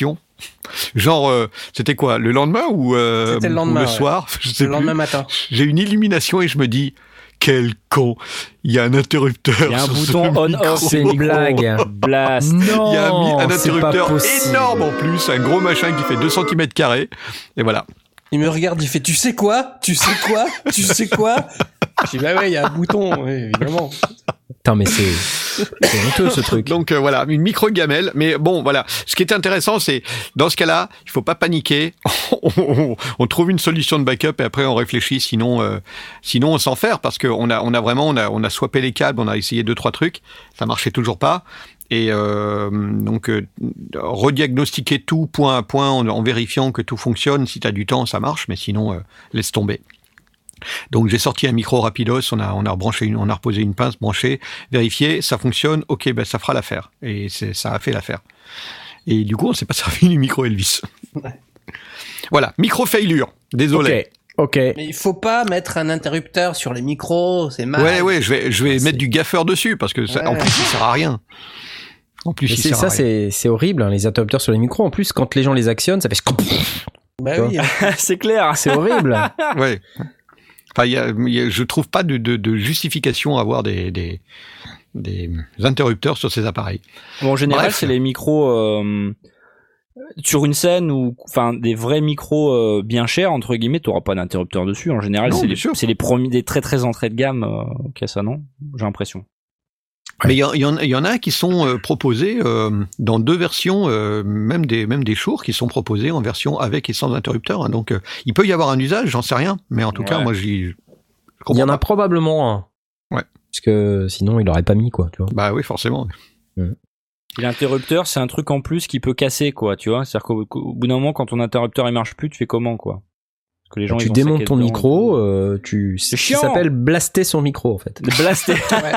Genre, euh, c'était quoi, le lendemain ou, euh, C'était le lendemain, ou le ouais. soir, je sais Le plus. lendemain matin. J'ai une illumination et je me dis, quel con, il y a un interrupteur. Il y a un sur bouton ce on micro. off. C'est une blague. Blast. Non, Il y a un, un c'est pas interrupteur possible. énorme en plus, un gros machin qui fait deux centimètres carrés. Et voilà. Il me regarde, il fait, tu sais quoi? Tu sais quoi? Tu sais quoi? Je dis, bah ouais, il y a un bouton, oui, évidemment. Putain, mais c'est, c'est honteux ce truc. Donc euh, voilà, une micro-gamelle. Mais bon, voilà. Ce qui est intéressant, c'est, dans ce cas-là, il faut pas paniquer. on, on, on trouve une solution de backup et après on réfléchit. Sinon, euh, sinon on s'en fait parce qu'on a, on a vraiment, on a, on a swappé les câbles, on a essayé deux, trois trucs. Ça marchait toujours pas. Et euh, donc, euh, rediagnostiquer tout point à point en, en vérifiant que tout fonctionne. Si tu as du temps, ça marche, mais sinon, euh, laisse tomber. Donc, j'ai sorti un micro rapidos, on a, on a rebranché une, on a reposé une pince, branché, vérifié, ça fonctionne, ok, ben ça fera l'affaire. Et c'est, ça a fait l'affaire. Et du coup, on s'est pas servi du micro Elvis. Ouais. Voilà, micro failure, désolé. Ok, ok. Mais il faut pas mettre un interrupteur sur les micros, c'est mal. Ouais, ouais, je vais, je vais C'est- mettre du gaffeur dessus parce que ça, Ouais. en plus, il sert à rien. En plus, Mais il c'est, sert ça, à rien. c'est, c'est horrible, hein, les interrupteurs sur les micros. En plus, quand les gens les actionnent, ça fait. Bah oui. C'est clair. C'est horrible. Ouais. Enfin, il y a, il y a- je trouve pas de, de, de justification à avoir des, des, des interrupteurs sur ces appareils. Bon, en général, Bref. c'est les micros euh, sur une scène ou enfin des vrais micros euh, bien chers entre guillemets. T'auras pas d'interrupteur dessus. En général, Non, c'est bien les, sûr. c'est les premiers des très très entrées de gamme euh, qui a ça, non? J'ai l'impression. Mais il y, en- il y en il y en a qui sont euh, proposés euh, dans deux versions, euh, même des même des Shure qui sont proposés en version avec et sans interrupteur. Hein. Donc, euh, il peut y avoir un usage, j'en sais rien. Mais en tout cas, Ouais. moi, j'y. je Il y comprends en a pas. probablement un. Ouais. Parce que sinon, il aurait pas mis, quoi, tu vois. Bah oui, forcément. Et l'interrupteur, c'est un truc en plus qui peut casser, quoi, tu vois. C'est-à-dire qu'au, qu'au bout d'un moment, quand ton interrupteur il marche plus, tu fais comment, quoi? Parce que les gens, tu ils vont démontes saquer ton dedans. micro, euh, tu, ça chiant. s'appelle blaster son micro, en fait. Le blaster.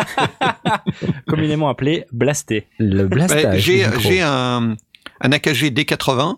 Communément appelé blaster. Le Bah, blastage. j'ai du micro. j'ai un un A K G D quatre-vingts.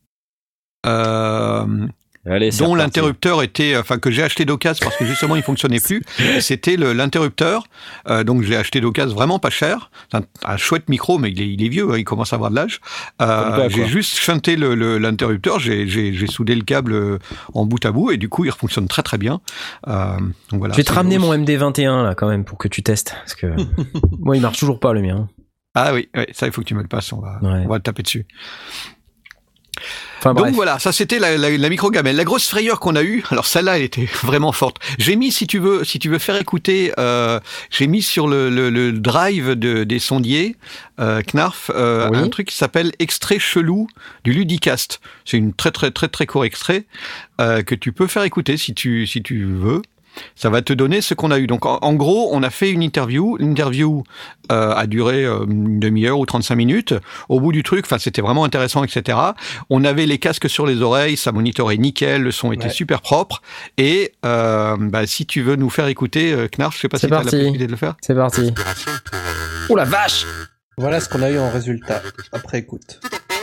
Euh, Allez, c'est dont reparti. l'interrupteur était, enfin que j'ai acheté d'occasion parce que justement il fonctionnait plus. C'était le, l'interrupteur, euh, donc je l'ai acheté d'occasion vraiment pas cher. C'est un, un chouette micro, mais il est, il est vieux, hein, il commence à avoir de l'âge. Euh, Comme toi, j'ai quoi. juste chanté le, le, l'interrupteur, j'ai, j'ai, j'ai soudé le câble euh, en bout à bout et du coup il fonctionne très très bien. Euh, donc voilà. Je vais te C'est- ramener mon M D vingt et un, là, quand même, pour que tu testes. Parce que moi, il marche toujours pas, le mien. Ah oui, oui, ça il faut que tu me le passes, on va, Ouais. on va le taper dessus. Enfin, Donc bref. voilà, ça c'était la, la, la micro-gamelle. La grosse frayeur qu'on a eue, alors celle-là, elle était vraiment forte. J'ai mis, si tu veux, si tu veux faire écouter, euh, j'ai mis sur le, le, le drive de, des sondiers euh, Knarf euh, Oui. un truc qui s'appelle extrait chelou du Ludicast. C'est une très très très très court extrait euh, que tu peux faire écouter si tu si tu veux. Ça va te donner ce qu'on a eu. Donc, en, en gros, on a fait une interview. L'interview euh, a duré euh, une demi-heure ou trente-cinq minutes. Au bout du truc, enfin, c'était vraiment intéressant, et cetera. On avait les casques sur les oreilles, ça monitorait nickel, le son était Ouais. super propre. Et euh, bah, si tu veux nous faire écouter, euh, Knarf, je sais pas C'est si tu as la parti. possibilité de le faire. C'est parti. Oh la vache! Voilà ce qu'on a eu en résultat. Après, écoute.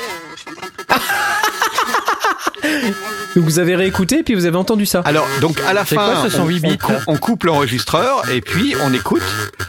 Donc vous avez réécouté, puis vous avez entendu ça. Alors, donc à la C'est fin, quoi ce son on, huit bits, on cou- on coupe l'enregistreur et puis on écoute.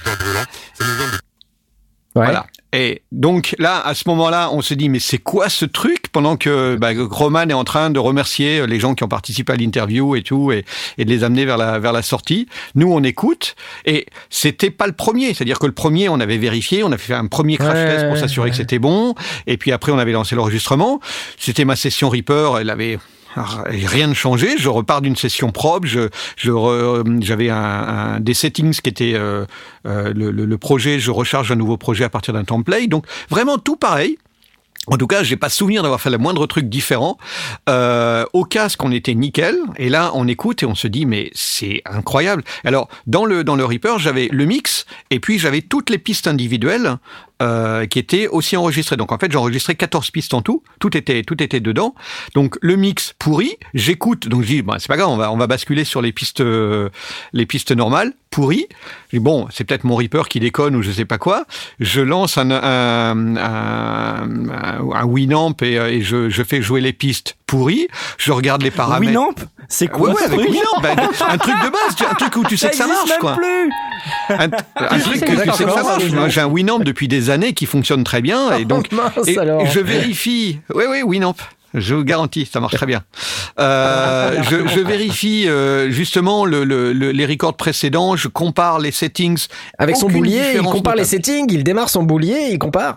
Ouais. Voilà. Et donc là, à ce moment-là, on se dit mais c'est quoi ce truc pendant que bah, Roman est en train de remercier les gens qui ont participé à l'interview et tout et, et de les amener vers la vers la sortie. Nous, on écoute et c'était pas le premier, c'est-à-dire que le premier, on avait vérifié, on avait fait un premier crash Ouais, test pour s'assurer ouais. que c'était bon et puis après on avait lancé l'enregistrement. C'était ma session Reaper, elle avait rien de changé. Je repars d'une session propre. Je, je re- j'avais un, un des settings qui était euh, euh, le, le, le projet. Je recharge un nouveau projet à partir d'un template. Donc vraiment tout pareil. En tout cas, j'ai pas souvenir d'avoir fait le moindre truc différent. Euh, au casque, on était nickel. Et là, on écoute et on se dit, mais c'est incroyable. Alors, dans le dans le Reaper, j'avais le mix et puis j'avais toutes les pistes individuelles euh, qui étaient aussi enregistrées. Donc, en fait, j'ai enregistré quatorze pistes en tout. Tout était tout était dedans. Donc, le mix pourri. J'écoute. Donc, je dis, bah, c'est pas grave, on va on va basculer sur les pistes euh, les pistes normales. Pourri. Je dis, bon, c'est peut-être mon Reaper qui déconne ou je sais pas quoi. Je lance un un, un, un un Winamp et, et je, je fais jouer les pistes pourri, je regarde les paramètres. Winamp, c'est quoi ouais, ouais, ce avec truc Winamp, bah, un truc de base, un truc où tu sais que ça marche, même quoi. Plus. Un, un truc que tu sais que ça marche. Moi, j'ai un Winamp depuis des années qui fonctionne très bien, et donc oh, mince, et, alors. et je vérifie. Oui, oui, Winamp. Je vous garantis, ça marche très bien. Euh, je, je vérifie euh, justement le, le, le, les records précédents, je compare les settings. Avec son Aucune boulier, il différence compare les notable. settings, il démarre son boulier, il compare.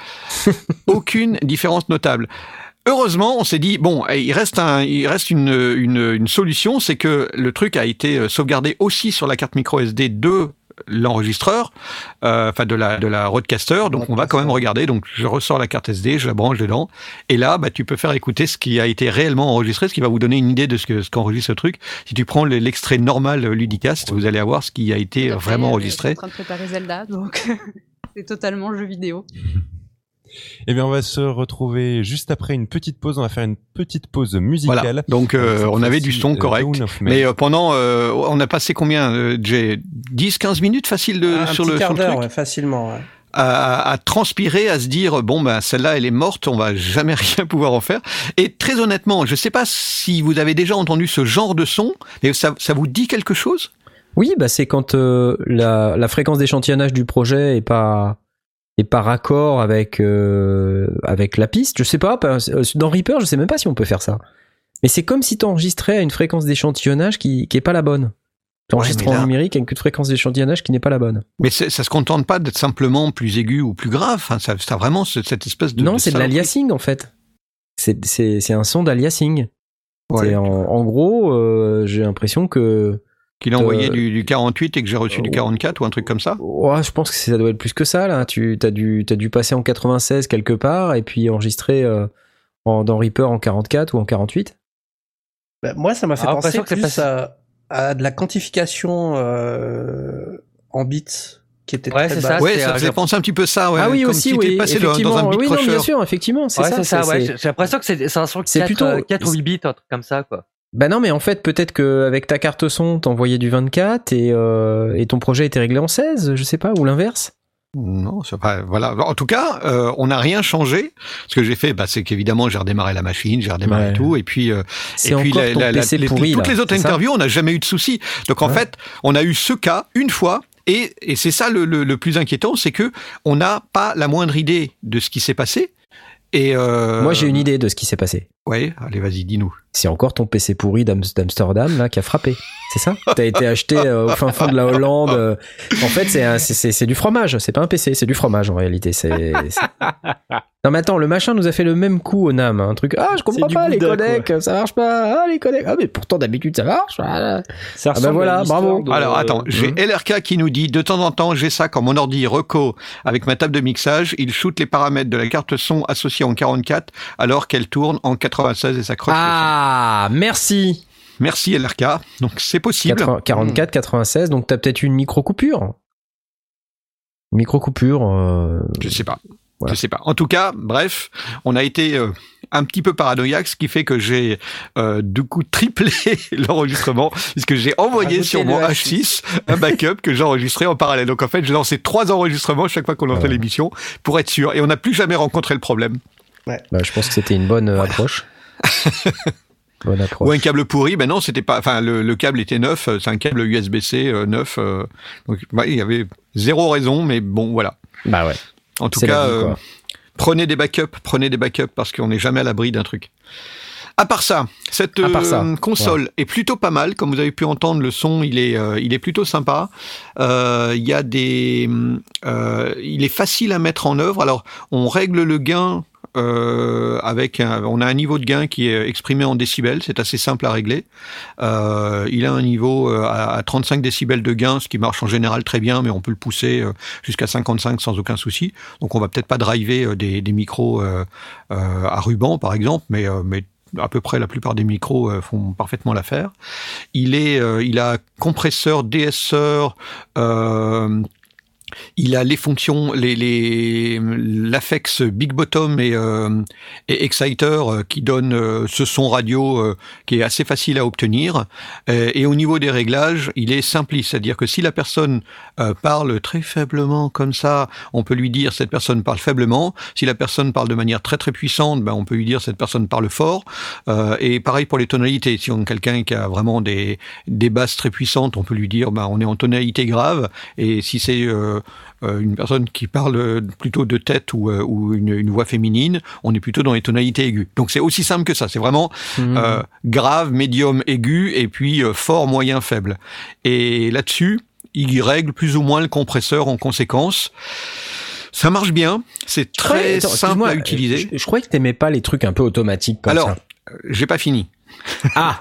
Aucune différence notable. Heureusement, on s'est dit bon, il reste un, il reste une, une, une solution, c'est que le truc a été sauvegardé aussi sur la carte micro S D de l'enregistreur, euh, enfin de la de la Rodecaster. Donc on va quand même regarder. Donc je ressors la carte S D, je la branche dedans, et là, bah tu peux faire écouter ce qui a été réellement enregistré, ce qui va vous donner une idée de ce que ce qu'enregistre ce truc. Si tu prends l'extrait normal Ludicast, vous allez avoir ce qui a été vraiment enregistré. Je suis en train de préparer Zelda, donc c'est totalement jeu vidéo. Eh bien, on va se retrouver juste après une petite pause. On va faire une petite pause musicale. Voilà. Donc, euh, on avait du son correct. Euh, mais euh, pendant, euh, on a passé combien, euh, j'ai dix quinze minutes facile de, un sur petit le, quart sur le d'heure, truc. Ouais, facilement, ouais. À, à transpirer, à se dire bon ben celle-là elle est morte, on va jamais rien pouvoir en faire. Et très honnêtement, je sais pas si vous avez déjà entendu ce genre de son, mais ça, ça vous dit quelque chose? Oui, bah c'est quand euh, la, la fréquence d'échantillonnage du projet est pas est pas raccord avec euh, avec la piste. Je sais pas, dans Reaper, je sais même pas si on peut faire ça. Mais c'est comme si tu enregistrais à une fréquence d'échantillonnage qui qui est pas la bonne. Tu enregistres ouais, en là... numérique avec une fréquence d'échantillonnage qui n'est pas la bonne. Mais ça se contente pas d'être simplement plus aigu ou plus grave. Enfin, ça, ça a vraiment cette espèce de. Non, de c'est de l'aliasing en fait. C'est c'est c'est un son d'aliasing. Ouais. En, en gros, euh, j'ai l'impression que qu'il a envoyé euh, du, du quarante-huit et que j'ai reçu euh, du quarante-quatre ou un truc comme ça. Ouais, je pense que ça doit être plus que ça là. Tu t'as dû t'as dû passer en quatre-vingt-seize quelque part et puis enregistrer euh, en, dans Reaper en quarante-quatre ou en quarante-huit. Bah, moi, ça m'a fait Ah, penser que plus à, à de la quantification euh, en bits qui était ouais, très c'est basse. ça, ouais, c'est ça faisait penser un petit peu ça. Ouais, ah oui comme aussi, si oui, passé effectivement. dans un bit oui, crusher. non, bien sûr, effectivement, c'est ouais, ça. c'est ça. c'est, Ouais, c'est... j'ai l'impression que c'est, c'est un son c'est quatre, plutôt quatre ou huit bits, un truc comme ça, quoi. Bah non, mais en fait, peut-être qu'avec ta carte son, t'envoyais du vingt-quatre et, euh, et ton projet était réglé en seize, je sais pas, ou l'inverse. Non, c'est pas, voilà. En tout cas, euh, on n'a rien changé. Ce que j'ai fait, bah, c'est qu'évidemment, j'ai redémarré la machine, j'ai redémarré ouais. tout, et puis, euh, c'est et puis encore la, ton la, P C la, pourri, les, toutes là, les autres c'est interviews, ça on n'a jamais eu de soucis. Donc en ouais. fait, on a eu ce cas une fois. Et, et c'est ça le, le, le plus inquiétant, c'est que on n'a pas la moindre idée de ce qui s'est passé. Et euh... moi, j'ai une idée de ce qui s'est passé. Ouais, allez, vas-y, dis-nous. C'est encore ton P C pourri d'Amsterdam là qui a frappé. C'est ça? T'as été acheté euh, au fin fond de la Hollande. Euh... En fait, c'est, un, c'est, c'est, c'est du fromage. C'est pas un P C, c'est du fromage en réalité. C'est, c'est... Non mais attends, le machin nous a fait le même coup au N A M. Un truc. Ah, je comprends pas les codecs, quoi. Ça marche pas. Ah, les codecs. Ah, mais pourtant d'habitude ça marche. Ah, ça ah ben voilà, bravo. De... Alors attends, j'ai mmh. L R K qui nous dit de temps en temps j'ai ça quand mon ordi reco avec ma table de mixage, il shoot les paramètres de la carte son associée en quarante-quatre alors qu'elle tourne en quatre-vingt-seize et ça croche. Ah, merci. Merci L R K. Donc c'est possible. quarante-quatre, quatre-vingt-seize, donc t'as peut-être une micro-coupure. Micro-coupure. Euh... Je sais pas. Voilà. Je sais pas. En tout cas, bref, on a été euh, un petit peu paranoïaque, ce qui fait que j'ai euh, du coup triplé l'enregistrement, puisque j'ai envoyé Rajouter sur mon H six un backup que j'ai enregistré en parallèle. Donc en fait, j'ai lancé trois enregistrements chaque fois qu'on lançait ouais. l'émission pour être sûr. Et on n'a plus jamais rencontré le problème. Ouais. Bah, je pense que c'était une bonne euh, voilà. approche. Bonne approche. Ou un câble pourri, ben non, c'était pas. Enfin, le, le câble était neuf, c'est un câble U S B-C euh, neuf. Euh, donc, bah, il y avait zéro raison, mais bon, voilà. Bah ouais. En tout c'est cas, vie, euh, prenez des backups, prenez des backups parce qu'on n'est jamais à l'abri d'un truc. À part ça, cette euh, part ça, console ouais. est plutôt pas mal. Comme vous avez pu entendre, le son, il est, euh, il est plutôt sympa. Euh, il y a des, euh, il est facile à mettre en œuvre. Alors, on règle le gain. Euh, avec un, on a un niveau de gain qui est exprimé en décibels, c'est assez simple à régler. Euh, il a un niveau à, à trente-cinq décibels de gain, ce qui marche en général très bien, mais on peut le pousser jusqu'à cinquante-cinq sans aucun souci. Donc on va peut-être pas driver des, des micros euh, euh, à ruban par exemple, mais, euh, mais à peu près la plupart des micros euh, font parfaitement l'affaire. Il est, euh, il a compresseur, déesseur, euh, Il a les fonctions, les, les l'Afex Big Bottom et, euh, et Exciter euh, qui donnent euh, ce son radio euh, qui est assez facile à obtenir. Euh, et au niveau des réglages, il est simpliste, c'est-à-dire que si la personne euh, parle très faiblement comme ça, on peut lui dire cette personne parle faiblement. Si la personne parle de manière très très puissante, ben on peut lui dire cette personne parle fort. Euh, et pareil pour les tonalités. Si on a quelqu'un qui a vraiment des des basses très puissantes, on peut lui dire ben on est en tonalité grave. Et si c'est euh, une personne qui parle plutôt de tête ou, ou une, une voix féminine, on est plutôt dans les tonalités aiguës. Donc c'est aussi simple que ça, c'est vraiment mmh. euh, grave, médium, aigu, et puis euh, fort, moyen, faible. Et là-dessus, il règle plus ou moins le compresseur en conséquence. Ça marche bien, c'est très Attends, simple à utiliser. Je, je croyais que t'aimais pas les trucs un peu automatiques comme Alors, ça. Alors, j'ai pas fini. Ah,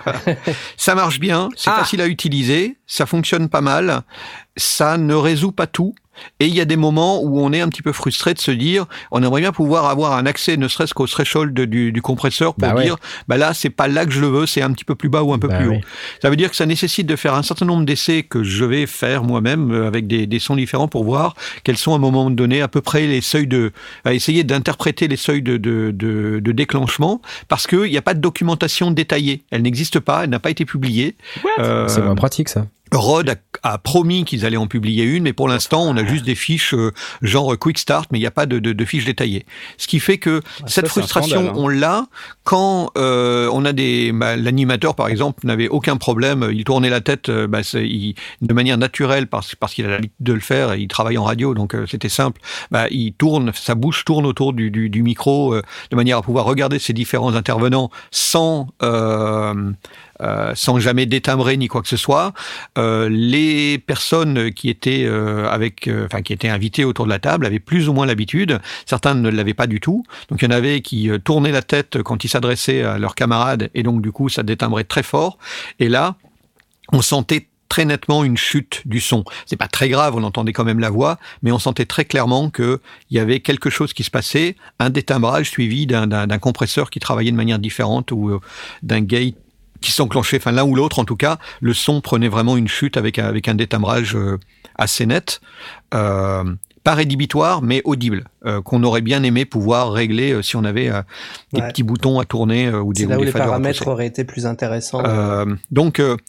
ça marche bien, c'est ah. facile à utiliser, ça fonctionne pas mal, ça ne résout pas tout. Et il y a des moments où on est un petit peu frustré de se dire, on aimerait bien pouvoir avoir un accès, ne serait-ce qu'au threshold du, du compresseur pour bah dire, ouais. bah là, c'est pas là que je le veux, c'est un petit peu plus bas ou un peu bah plus oui. haut. Ça veut dire que ça nécessite de faire un certain nombre d'essais que je vais faire moi-même avec des, des sons différents pour voir quels sont à un moment donné à peu près les seuils de, à essayer d'interpréter les seuils de, de, de, de déclenchement, parce qu'il n'y a pas de documentation détaillée. Elle n'existe pas, elle n'a pas été publiée. Euh, c'est moins pratique ça. Rode a, a promis qu'ils allaient en publier une, mais pour l'instant, on a juste des fiches euh, genre Quick Start, mais il n'y a pas de, de, de fiches détaillées. Ce qui fait que ah, cette ça, frustration, scandale, hein. on l'a quand euh, on a des... Bah, l'animateur, par exemple, n'avait aucun problème. Il tournait la tête bah, il, de manière naturelle parce, parce qu'il a l'habitude de le faire. Et il travaille en radio, donc euh, c'était simple. Bah, il tourne, sa bouche tourne autour du, du, du micro euh, de manière à pouvoir regarder ses différents intervenants sans... Euh, Euh, sans jamais détimbrer ni quoi que ce soit. Euh, les personnes qui étaient euh, avec, euh, enfin qui étaient invitées autour de la table avaient plus ou moins l'habitude. Certains ne l'avaient pas du tout. Donc il y en avait qui euh, tournaient la tête quand ils s'adressaient à leurs camarades et donc du coup ça détimbrait très fort. Et là, on sentait très nettement une chute du son. C'est pas très grave, on entendait quand même la voix, mais on sentait très clairement que il y avait quelque chose qui se passait, un détimbrage suivi d'un, d'un, d'un compresseur qui travaillait de manière différente ou euh, d'un gate qui s'enclenchait, enfin l'un ou l'autre en tout cas, le son prenait vraiment une chute avec un, avec un détimbrage euh, assez net, euh, pas rédhibitoire mais audible, euh, qu'on aurait bien aimé pouvoir régler euh, si on avait euh, des ouais. petits boutons à tourner euh, ou des, c'est là ou où des les faders paramètres auraient été plus intéressants. Euh, donc euh,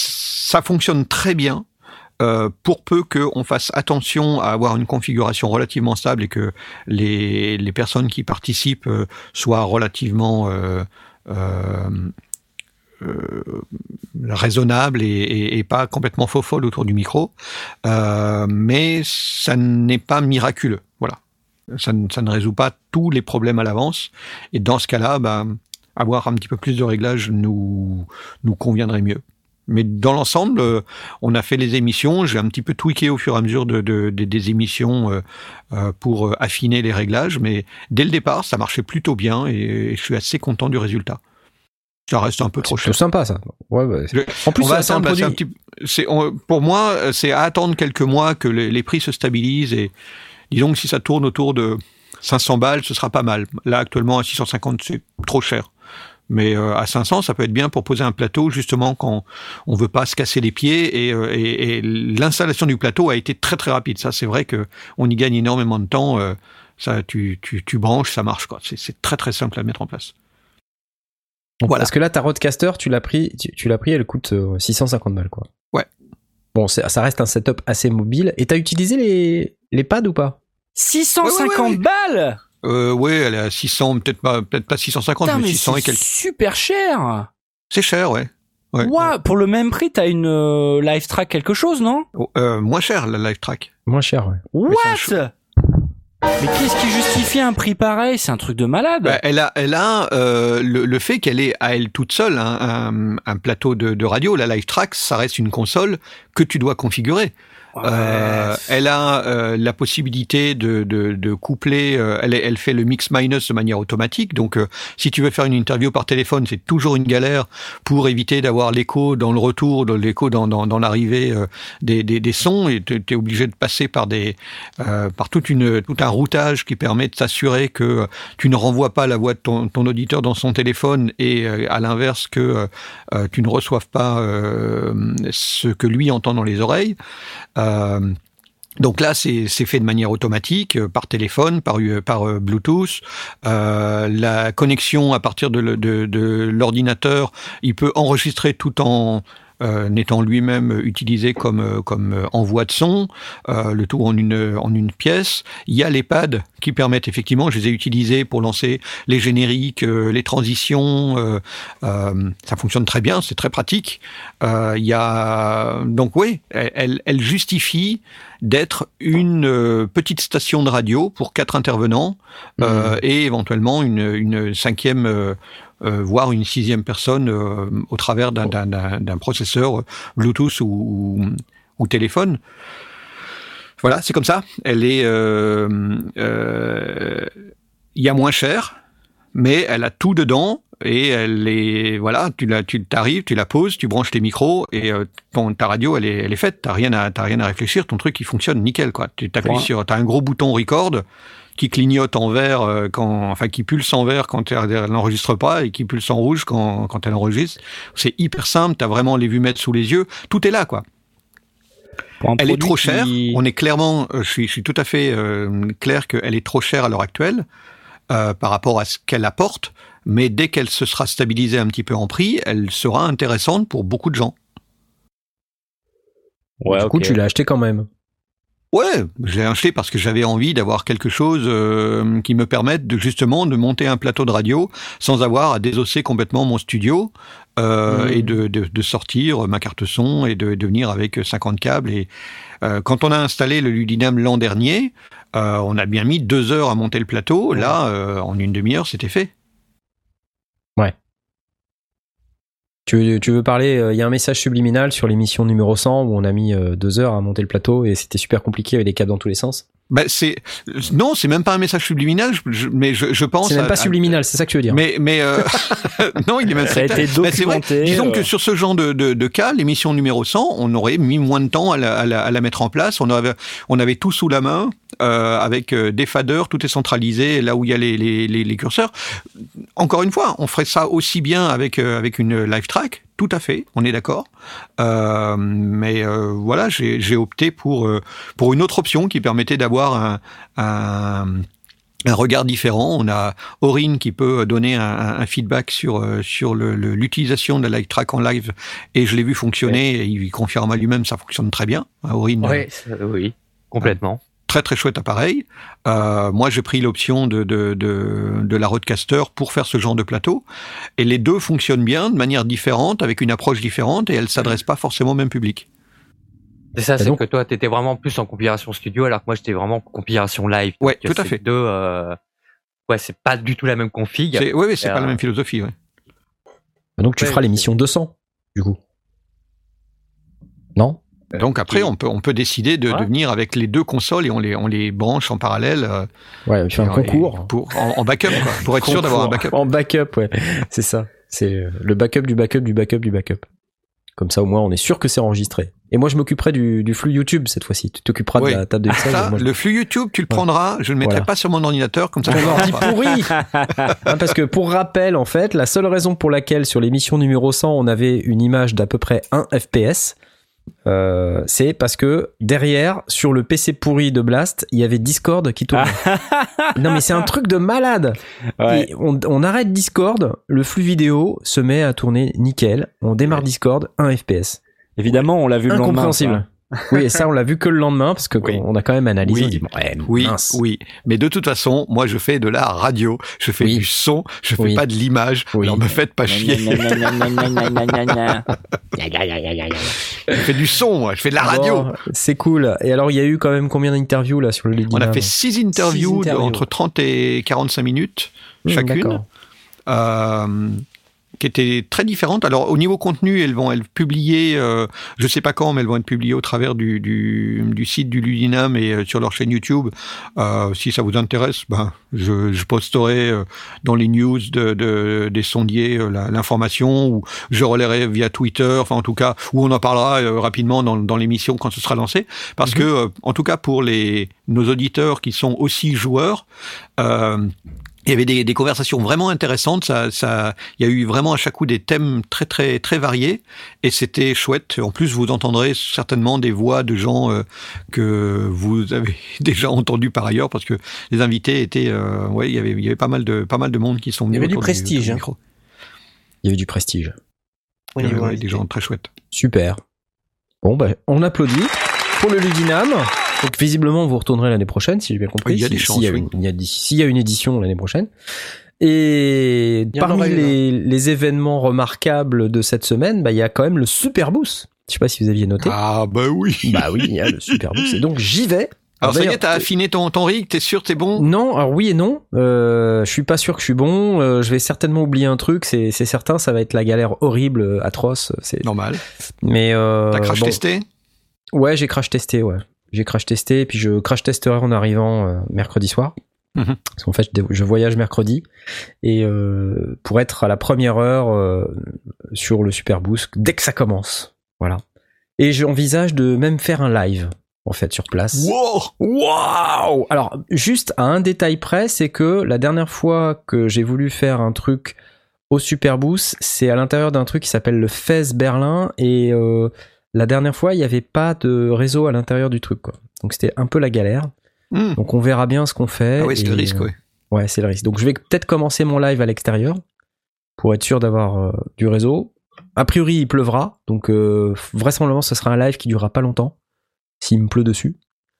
ça fonctionne très bien. Euh, pour peu qu'on fasse attention à avoir une configuration relativement stable et que les, les personnes qui participent euh, soient relativement euh, euh, Euh, raisonnable et, et, et pas complètement faux folle autour du micro, euh, mais ça n'est pas miraculeux. Voilà, ça, ça ne résout pas tous les problèmes à l'avance. Et dans ce cas-là, bah, avoir un petit peu plus de réglage nous nous conviendrait mieux. Mais dans l'ensemble, euh, on a fait les émissions. J'ai un petit peu tweaké au fur et à mesure de, de, de des émissions euh, euh, pour affiner les réglages. Mais dès le départ, ça marchait plutôt bien et, et je suis assez content du résultat. Ça reste un peu trop cher. C'est sympa ça. Ouais, ouais. Je, en plus, va c'est un produit. Un petit, c'est, on, pour moi, c'est à attendre quelques mois que les, les prix se stabilisent et disons que si ça tourne autour de cinq cents balles, ce sera pas mal. Là, actuellement, à six cent cinquante, c'est trop cher. Mais euh, à cinq cents, ça peut être bien pour poser un plateau, justement, quand on veut pas se casser les pieds. Et, et, et l'installation du plateau a été très très rapide. Ça, c'est vrai que on y gagne énormément de temps. Euh, ça, tu, tu, tu branches, ça marche, quoi. C'est, c'est très très simple à mettre en place. Voilà. Parce que là, ta Rodecaster, tu l'as pris, tu, tu l'as pris, elle coûte euh, six cent cinquante balles, quoi. Ouais. Bon, c'est, ça reste un setup assez mobile. Et t'as utilisé les, les pads ou pas? six cent cinquante ouais, ouais, ouais. balles? Euh, ouais, elle est à six cents, peut-être pas, peut-être pas six cent cinquante, Putain, mais, mais six cents et quelques. C'est super cher. C'est cher, ouais. Ouais. Wow, pour le même prix, t'as une euh, Live Track quelque chose, non? Oh, euh, moins cher, la Live Track. Moins cher, ouais. What? Mais qu'est-ce qui justifie un prix pareil? C'est un truc de malade. Bah, elle a, elle a euh, le, le fait qu'elle est à elle toute seule hein, un, un plateau de, de radio. La Live Track, ça reste une console que tu dois configurer. Ouais. Euh, elle a euh, la possibilité de, de, de coupler. Euh, elle, elle fait le mix minus de manière automatique. Donc, euh, si tu veux faire une interview par téléphone, c'est toujours une galère pour éviter d'avoir l'écho dans le retour, dans l'écho dans, dans, dans l'arrivée euh, des, des, des sons. Et tu es obligé de passer par des euh, par toute une tout un routage qui permet de s'assurer que tu ne renvoies pas la voix de ton, ton auditeur dans son téléphone et euh, à l'inverse que euh, tu ne reçoives pas euh, ce que lui entend dans les oreilles. Euh, Donc là, c'est, c'est fait de manière automatique, euh, par téléphone, par, par euh, Bluetooth. Euh, la connexion à partir de, de, de l'ordinateur, il peut enregistrer tout en euh, n'étant lui-même utilisé comme comme envoi de son, euh, le tout en une en une pièce. Il y a les pads qui permettent effectivement, je les ai utilisés pour lancer les génériques, euh, les transitions. Euh, euh, ça fonctionne très bien, c'est très pratique. Euh, il y a donc oui, elle elle justifie d'être une euh, petite station de radio pour quatre intervenants euh, mmh. et éventuellement une, une cinquième, euh, euh, voire une sixième personne euh, au travers d'un, d'un, d'un, d'un processeur Bluetooth ou, ou, ou téléphone. Voilà, c'est comme ça. Elle est, euh, euh, il y a moins cher, mais elle a tout dedans. Et elle est, voilà, tu la, tu t'arrives, tu la poses, tu branches tes micros et euh, ton, ta radio, elle est, elle est faite. T'as rien à, t'as rien à réfléchir. Ton truc, il fonctionne nickel, quoi. Tu t'appuies ouais. sur, t'as un gros bouton record qui clignote en vert euh, quand, enfin, qui pulse en vert quand elle n'enregistre pas et qui pulse en rouge quand, quand elle enregistre. C'est hyper simple. T'as vraiment les vumètres sous les yeux. Tout est là, quoi. Elle est trop chère. Qui... On est clairement, euh, je suis, je suis tout à fait euh, clair qu'elle est trop chère à l'heure actuelle euh, par rapport à ce qu'elle apporte. Mais dès qu'elle se sera stabilisée un petit peu en prix, elle sera intéressante pour beaucoup de gens. Ouais, du okay. coup, tu l'as acheté quand même. Ouais, je l'ai acheté parce que j'avais envie d'avoir quelque chose euh, qui me permette de justement de monter un plateau de radio sans avoir à désosser complètement mon studio euh, mmh. et de, de, de sortir ma carte son et de, de venir avec cinquante câbles. Et euh, quand on a installé le Ludinam l'an dernier, euh, on a bien mis deux heures à monter le plateau. Mmh. Là, euh, en une demi-heure, c'était fait. Ouais. Tu veux, tu veux parler, il euh, y a un message subliminal sur l'émission numéro cent où on a mis euh, deux heures à monter le plateau et c'était super compliqué avec des câbles dans tous les sens. Bah c'est non, c'est même pas un message subliminal, je, mais je, je pense. C'est même à, pas subliminal, à, c'est ça que tu veux dire. Mais mais euh, non, il est même. Ça a été documenté. Vrai, disons euh... que sur ce genre de, de, de cas, l'émission numéro cent, on aurait mis moins de temps à la, à la, à la mettre en place. On avait on avait tout sous la main euh, avec des faders, tout est centralisé là où il y a les, les les les curseurs. Encore une fois, on ferait ça aussi bien avec euh, avec une live track. Tout à fait, on est d'accord. Euh, mais euh, voilà, j'ai, j'ai opté pour euh, pour une autre option qui permettait d'avoir un, un un regard différent. On a Aurine qui peut donner un, un feedback sur sur le, le, l'utilisation de la live track en live et je l'ai vu fonctionner. Ouais. Et il confirme à lui-même, ça fonctionne très bien. Aurine. Ouais, euh, oui, complètement. Très très chouette appareil. Euh, moi j'ai pris l'option de, de, de, de la Rodecaster pour faire ce genre de plateau. Et les deux fonctionnent bien, de manière différente, avec une approche différente, et elles ne s'adressent pas forcément au même public. C'est ça, c'est donc, que toi t'étais vraiment plus en compilation studio, alors que moi j'étais vraiment en compilation live. Ouais, tout à fait. Deux, euh... ouais, c'est pas du tout la même config. C'est, ouais, ouais, c'est euh... pas la même philosophie, ouais. Donc tu ouais, feras l'émission deux cents, du coup. Non? Donc après, on peut on peut décider de, ouais. de venir avec les deux consoles et on les on les branche en parallèle. Euh, ouais, faire un concours pour en, en backup, quoi, pour être sûr d'avoir un backup. En backup, ouais, c'est ça. C'est le backup du backup du backup du backup. Comme ça, au moins, on est sûr que c'est enregistré. Et moi, je m'occuperai du, du flux YouTube cette fois-ci. Tu t'occuperas oui. de la table de mixage. Ça, moi, je... Le flux YouTube, tu le prendras. Je le mettrai voilà. pas sur mon ordinateur comme ça. Un ordi pourri. Hein, parce que pour rappel, en fait, la seule raison pour laquelle sur l'émission numéro cent, on avait une image d'à peu près un F P S. Euh, c'est parce que derrière, sur le P C pourri de Blast, il y avait Discord qui tournait. Non mais c'est un truc de malade. Ouais. Et on, on arrête Discord, le flux vidéo se met à tourner nickel. On démarre ouais. Discord, un F P S. Évidemment, on l'a vu le lendemain. Incompréhensible. Oui, et ça, on l'a vu que le lendemain, parce que oui. on a quand même analysé. Oui, dit, ouais, oui, oui. Mais de toute façon, moi, je fais de la radio, je fais oui. du son, je fais oui. pas de l'image. Oui. Alors, me faites pas chier. Je fais du son, moi. Je fais de la radio. Bon, c'est cool. Et alors, il y a eu quand même combien d'interviews, là, sur le Ludinam? On a fait six interviews, six interviews. entre trente et quarante-cinq minutes mmh, chacune. D'accord. Euh, qui étaient très différentes. Alors au niveau contenu, elles vont être publiées, euh, je sais pas quand, mais elles vont être publiées au travers du, du, du site du Ludinam et euh, sur leur chaîne YouTube. Euh, si ça vous intéresse, ben je, je posterai euh, dans les news de, de des sondiers euh, la, l'information, ou je relayerai via Twitter, enfin en tout cas, où on en parlera euh, rapidement dans, dans l'émission quand ce sera lancé. Parce mm-hmm. que, euh, en tout cas pour les nos auditeurs qui sont aussi joueurs. Euh, Il y avait des, des conversations vraiment intéressantes. Ça, ça, il y a eu vraiment à chaque coup des thèmes très très très variés et c'était chouette. En plus, vous entendrez certainement des voix de gens euh, que vous avez déjà entendus par ailleurs parce que les invités étaient, euh, ouais, il y avait il y avait pas mal de pas mal de monde qui sont venus. Il y avait du autour prestige. du Hein. micro. Il y avait du prestige. Il y avait ouais, des gens très chouettes. Super. Bon, bah, on applaudit pour le Ludinam. Donc visiblement, vous retournerez l'année prochaine, si j'ai bien compris. Il y a des si, chances, s'il y a oui. une, il y a, s'il y a une édition l'année prochaine. Et parmi les, les événements remarquables de cette semaine, bah, il y a quand même le Super Boost. Je sais pas si vous aviez noté. Ah bah oui. Bah oui, il y a le Super Boost. Et donc j'y vais. Alors, alors ça y est, t'as affiné ton, ton rig, t'es sûr, t'es bon? Non, alors oui et non. Euh, je suis pas sûr que je suis bon. Euh, je vais certainement oublier un truc, c'est, c'est certain. Ça va être la galère horrible, atroce. C'est normal. Mais euh, t'as crash bon. testé? Ouais, j'ai crash testé, ouais. J'ai crash testé, et puis je crash testerai en arrivant euh, mercredi soir. Mmh. Parce qu'en fait, je voyage mercredi. Et euh, pour être à la première heure euh, sur le Super Boost, dès que ça commence. Voilà. Et j'envisage de même faire un live, en fait, sur place. Wow! Wow! Alors, juste à un détail près, c'est que la dernière fois que j'ai voulu faire un truc au Super Boost, c'est à l'intérieur d'un truc qui s'appelle le Fez Berlin, et... Euh, la dernière fois, il n'y avait pas de réseau à l'intérieur du truc, quoi. Donc c'était un peu la galère. Mmh. Donc on verra bien ce qu'on fait. Ah ouais, c'est et... le risque, ouais. Ouais, c'est le risque. Donc je vais peut-être commencer mon live à l'extérieur pour être sûr d'avoir euh, du réseau. A priori, il pleuvra, donc euh, vraisemblablement, ce sera un live qui durera pas longtemps s'il me pleut dessus.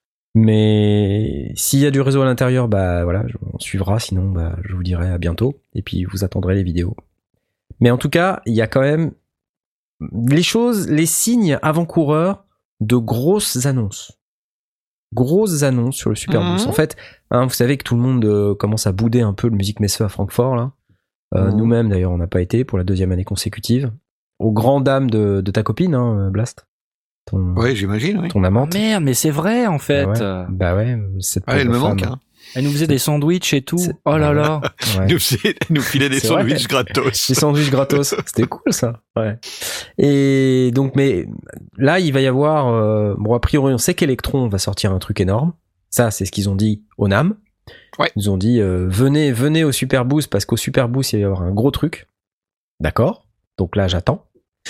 Mais s'il y a du réseau à l'intérieur, bah voilà, on suivra. Sinon, bah je vous dirai à bientôt. Et puis vous attendrez les vidéos. Mais en tout cas, il y a quand même les choses, les signes avant-coureurs de grosses annonces. Grosses annonces sur le Super mmh. Boost. En fait, hein, vous savez que tout le monde euh, commence à bouder un peu le Musique Messe à Francfort, là. Euh, mmh. Nous-mêmes, d'ailleurs, on n'a pas été pour la deuxième année consécutive. Aux grandes dames de, de ta copine, hein, Blast. Ton, ouais, j'imagine, oui. Ton amante. Oh merde, mais c'est vrai, en fait. Bah ouais, bah ouais cette ah, elle me manque, hein. Elle nous faisait des sandwichs et tout. C'est... Oh là là. Ouais. nous, faisait, nous filait des c'est sandwichs vrai. gratos. Des sandwichs gratos. C'était cool, ça. Ouais. Et donc, mais là, il va y avoir, euh, bon, a priori, on sait qu'Electron va sortir un truc énorme. Ça, c'est ce qu'ils ont dit au NAMM. Ouais. Ils ont dit, euh, venez, venez au Super Boost parce qu'au Super Boost, il va y avoir un gros truc. D'accord. Donc là, j'attends.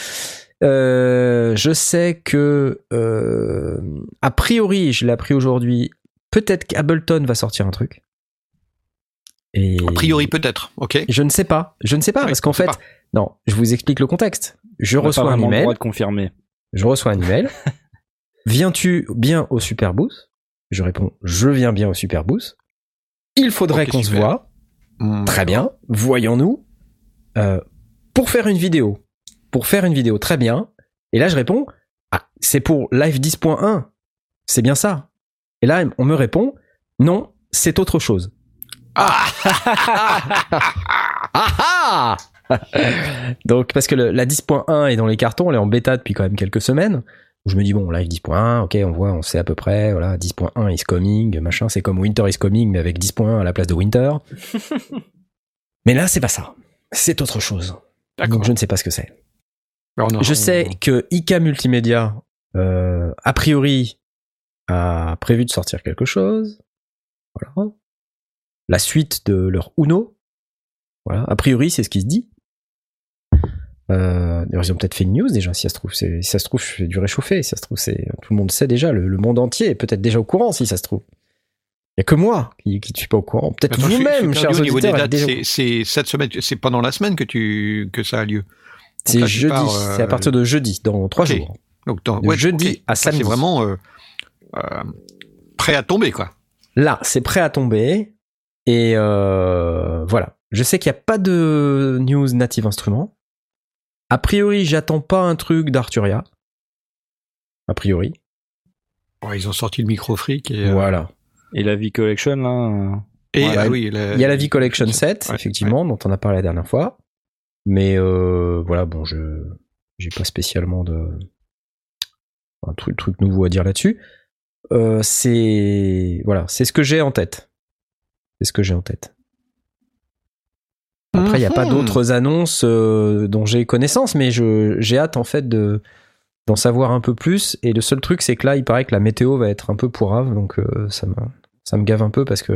Euh, je sais que, euh, a priori, je l'ai appris aujourd'hui, peut-être qu'Ableton va sortir un truc. Et a priori, peut-être. Ok. Je ne sais pas. Je ne sais pas oui, parce qu'en fait, pas. non. Je vous explique le contexte. Je on reçois un email. Le droit de confirmer. Je reçois un email. Viens-tu bien au Super Boost ? Je réponds. Je viens bien au Super Boost. Il faudrait okay, qu'on super. se voit. Mmh, très bien. Voyons-nous. Euh, pour faire une vidéo. Pour faire une vidéo. Très bien. Et là, je réponds. Ah, c'est pour Live dix point un. C'est bien ça. Et là, on me répond, non, c'est autre chose. Ah, ah, ah Donc, parce que le, la dix point un est dans les cartons, elle est en bêta depuis quand même quelques semaines. Où je me dis, bon, live dix point un, ok, on voit, on sait à peu près, voilà, dix point un is coming, machin, c'est comme Winter is coming, mais avec dix point un à la place de Winter. Mais là, c'est pas ça. C'est autre chose. D'accord. Donc, je ne sais pas ce que c'est. Alors, non, je non, sais non. que I K Multimédia, euh, a priori, a prévu de sortir quelque chose. Voilà. La suite de leur Uno. Voilà. A priori, c'est ce qui se dit. Euh, d'ailleurs, ils ont peut-être fait une news déjà, si ça se trouve. C'est, si ça se trouve, je fais du réchauffé. Si ça se trouve, c'est, tout le monde sait déjà. Le, le monde entier est peut-être déjà au courant, si ça se trouve. Il n'y a que moi qui ne suis pas au courant. Peut-être Attends, vous-même, je suis, je suis chers auditeurs. Dates, déjà... c'est, c'est cette semaine, c'est pendant la semaine que, tu, que ça a lieu. Donc c'est là, jeudi. Pars, euh... C'est à partir de jeudi, dans trois okay. jours. Donc, dans, ouais, jeudi okay. à samedi. C'est vraiment euh, euh, prêt à tomber, quoi. Là, c'est prêt à tomber. Et euh, voilà. Je sais qu'il n'y a pas de news Native Instruments. A priori, j'attends pas un truc d'Arturia. A priori. Ouais, ils ont sorti le micro-freak. Et, voilà. Euh... Et la V-Collection, là. Et, ouais, ah oui, la... Il y a la V-Collection sept, ouais, effectivement, ouais. dont on a parlé la dernière fois. Mais euh, voilà, bon, je j'ai pas spécialement de un truc, truc nouveau à dire là-dessus. Euh, c'est voilà, c'est ce que j'ai en tête. C'est ce que j'ai en tête. Après, il n'y a pas d'autres annonces euh, dont j'ai connaissance, mais je, j'ai hâte en fait de, d'en savoir un peu plus. Et le seul truc, c'est que là, il paraît que la météo va être un peu pourrave, donc euh, ça, me, ça me gave un peu parce que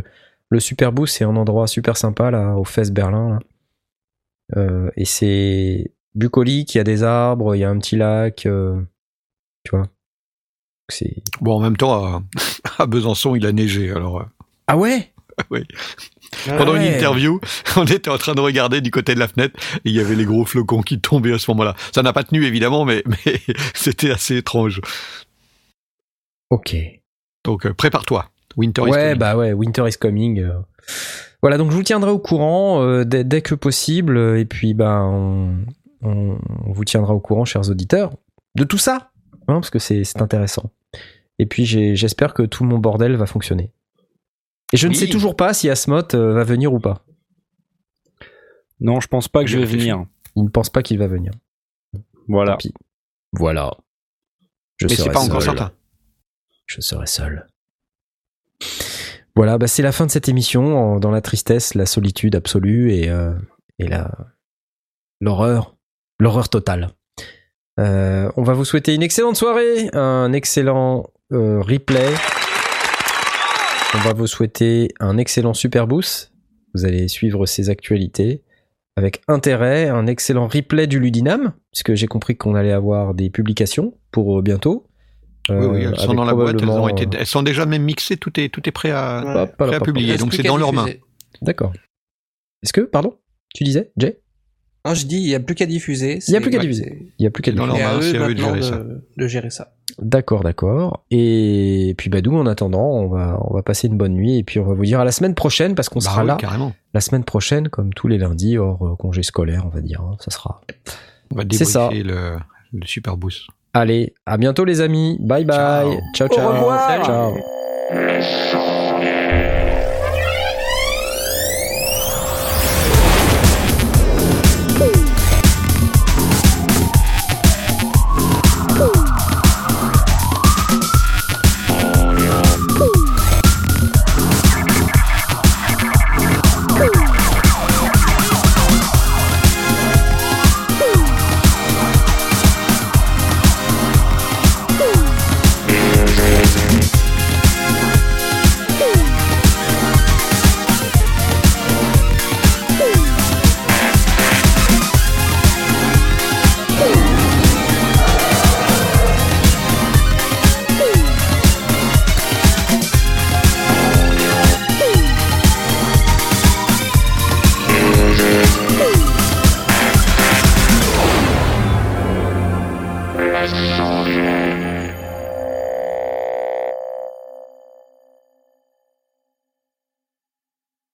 Le Superboost, c'est un endroit super sympa, là, au Fest Berlin, là. Euh, et c'est bucolique, il y a des arbres, il y a un petit lac, euh, tu vois. C'est... Bon, en même temps, à, à Besançon, il a neigé, alors... Ah ouais? Oui. Pendant ouais. une interview, on était en train de regarder du côté de la fenêtre et il y avait les gros flocons qui tombaient à ce moment-là. Ça n'a pas tenu, évidemment, mais, mais c'était assez étrange. Ok. Donc, euh, prépare-toi. Winter is ouais, coming. bah ouais, Winter is coming. Euh. Voilà, donc je vous tiendrai au courant euh, dès, dès que possible. Et puis, bah, on, on, on vous tiendra au courant, chers auditeurs, de tout ça. Hein, parce que c'est, c'est intéressant. Et puis, j'ai, j'espère que tout mon bordel va fonctionner. Et je oui. ne sais toujours pas si Asmoth euh, va venir ou pas. Non, je pense pas que je vais venir. Il ne pense pas qu'il va venir. Voilà. Puis, voilà. Je Mais c'est pas seul. Encore certain. Je serai seul. Voilà, bah c'est la fin de cette émission, en, dans la tristesse, la solitude absolue et, euh, et la, l'horreur, l'horreur totale. Euh, on va vous souhaiter une excellente soirée, un excellent euh, replay. On va vous souhaiter un excellent Superboost. Vous allez suivre ces actualités avec intérêt, un excellent replay du Ludinam, puisque j'ai compris qu'on allait avoir des publications pour bientôt. Euh, oui, oui, elles sont dans la boîte, elles, ont été, elles sont déjà même mixées, tout est, tout est prêt à, ouais. prêt pas, à pas, publier, pas. Donc c'est dans leurs mains. D'accord. Est-ce que, pardon, tu disais, Jay? Non, je dis, il n'y a plus qu'à diffuser. Il n'y a plus qu'à ouais, diffuser. Il n'y a plus qu'à diffuser. Dans leurs mains, c'est à eux de gérer de, ça. De gérer ça. D'accord, d'accord. Et puis, bah, nous, en attendant, on va, on va passer une bonne nuit et puis on va vous dire à la semaine prochaine parce qu'on bah sera oui, là. Carrément. La semaine prochaine, comme tous les lundis, hors euh, congé scolaire, on va dire. Hein, ça sera. On va débriefer le, le Superboost. Allez, à bientôt les amis. Bye bye. Ciao, ciao. ciao. Au revoir. Ciao.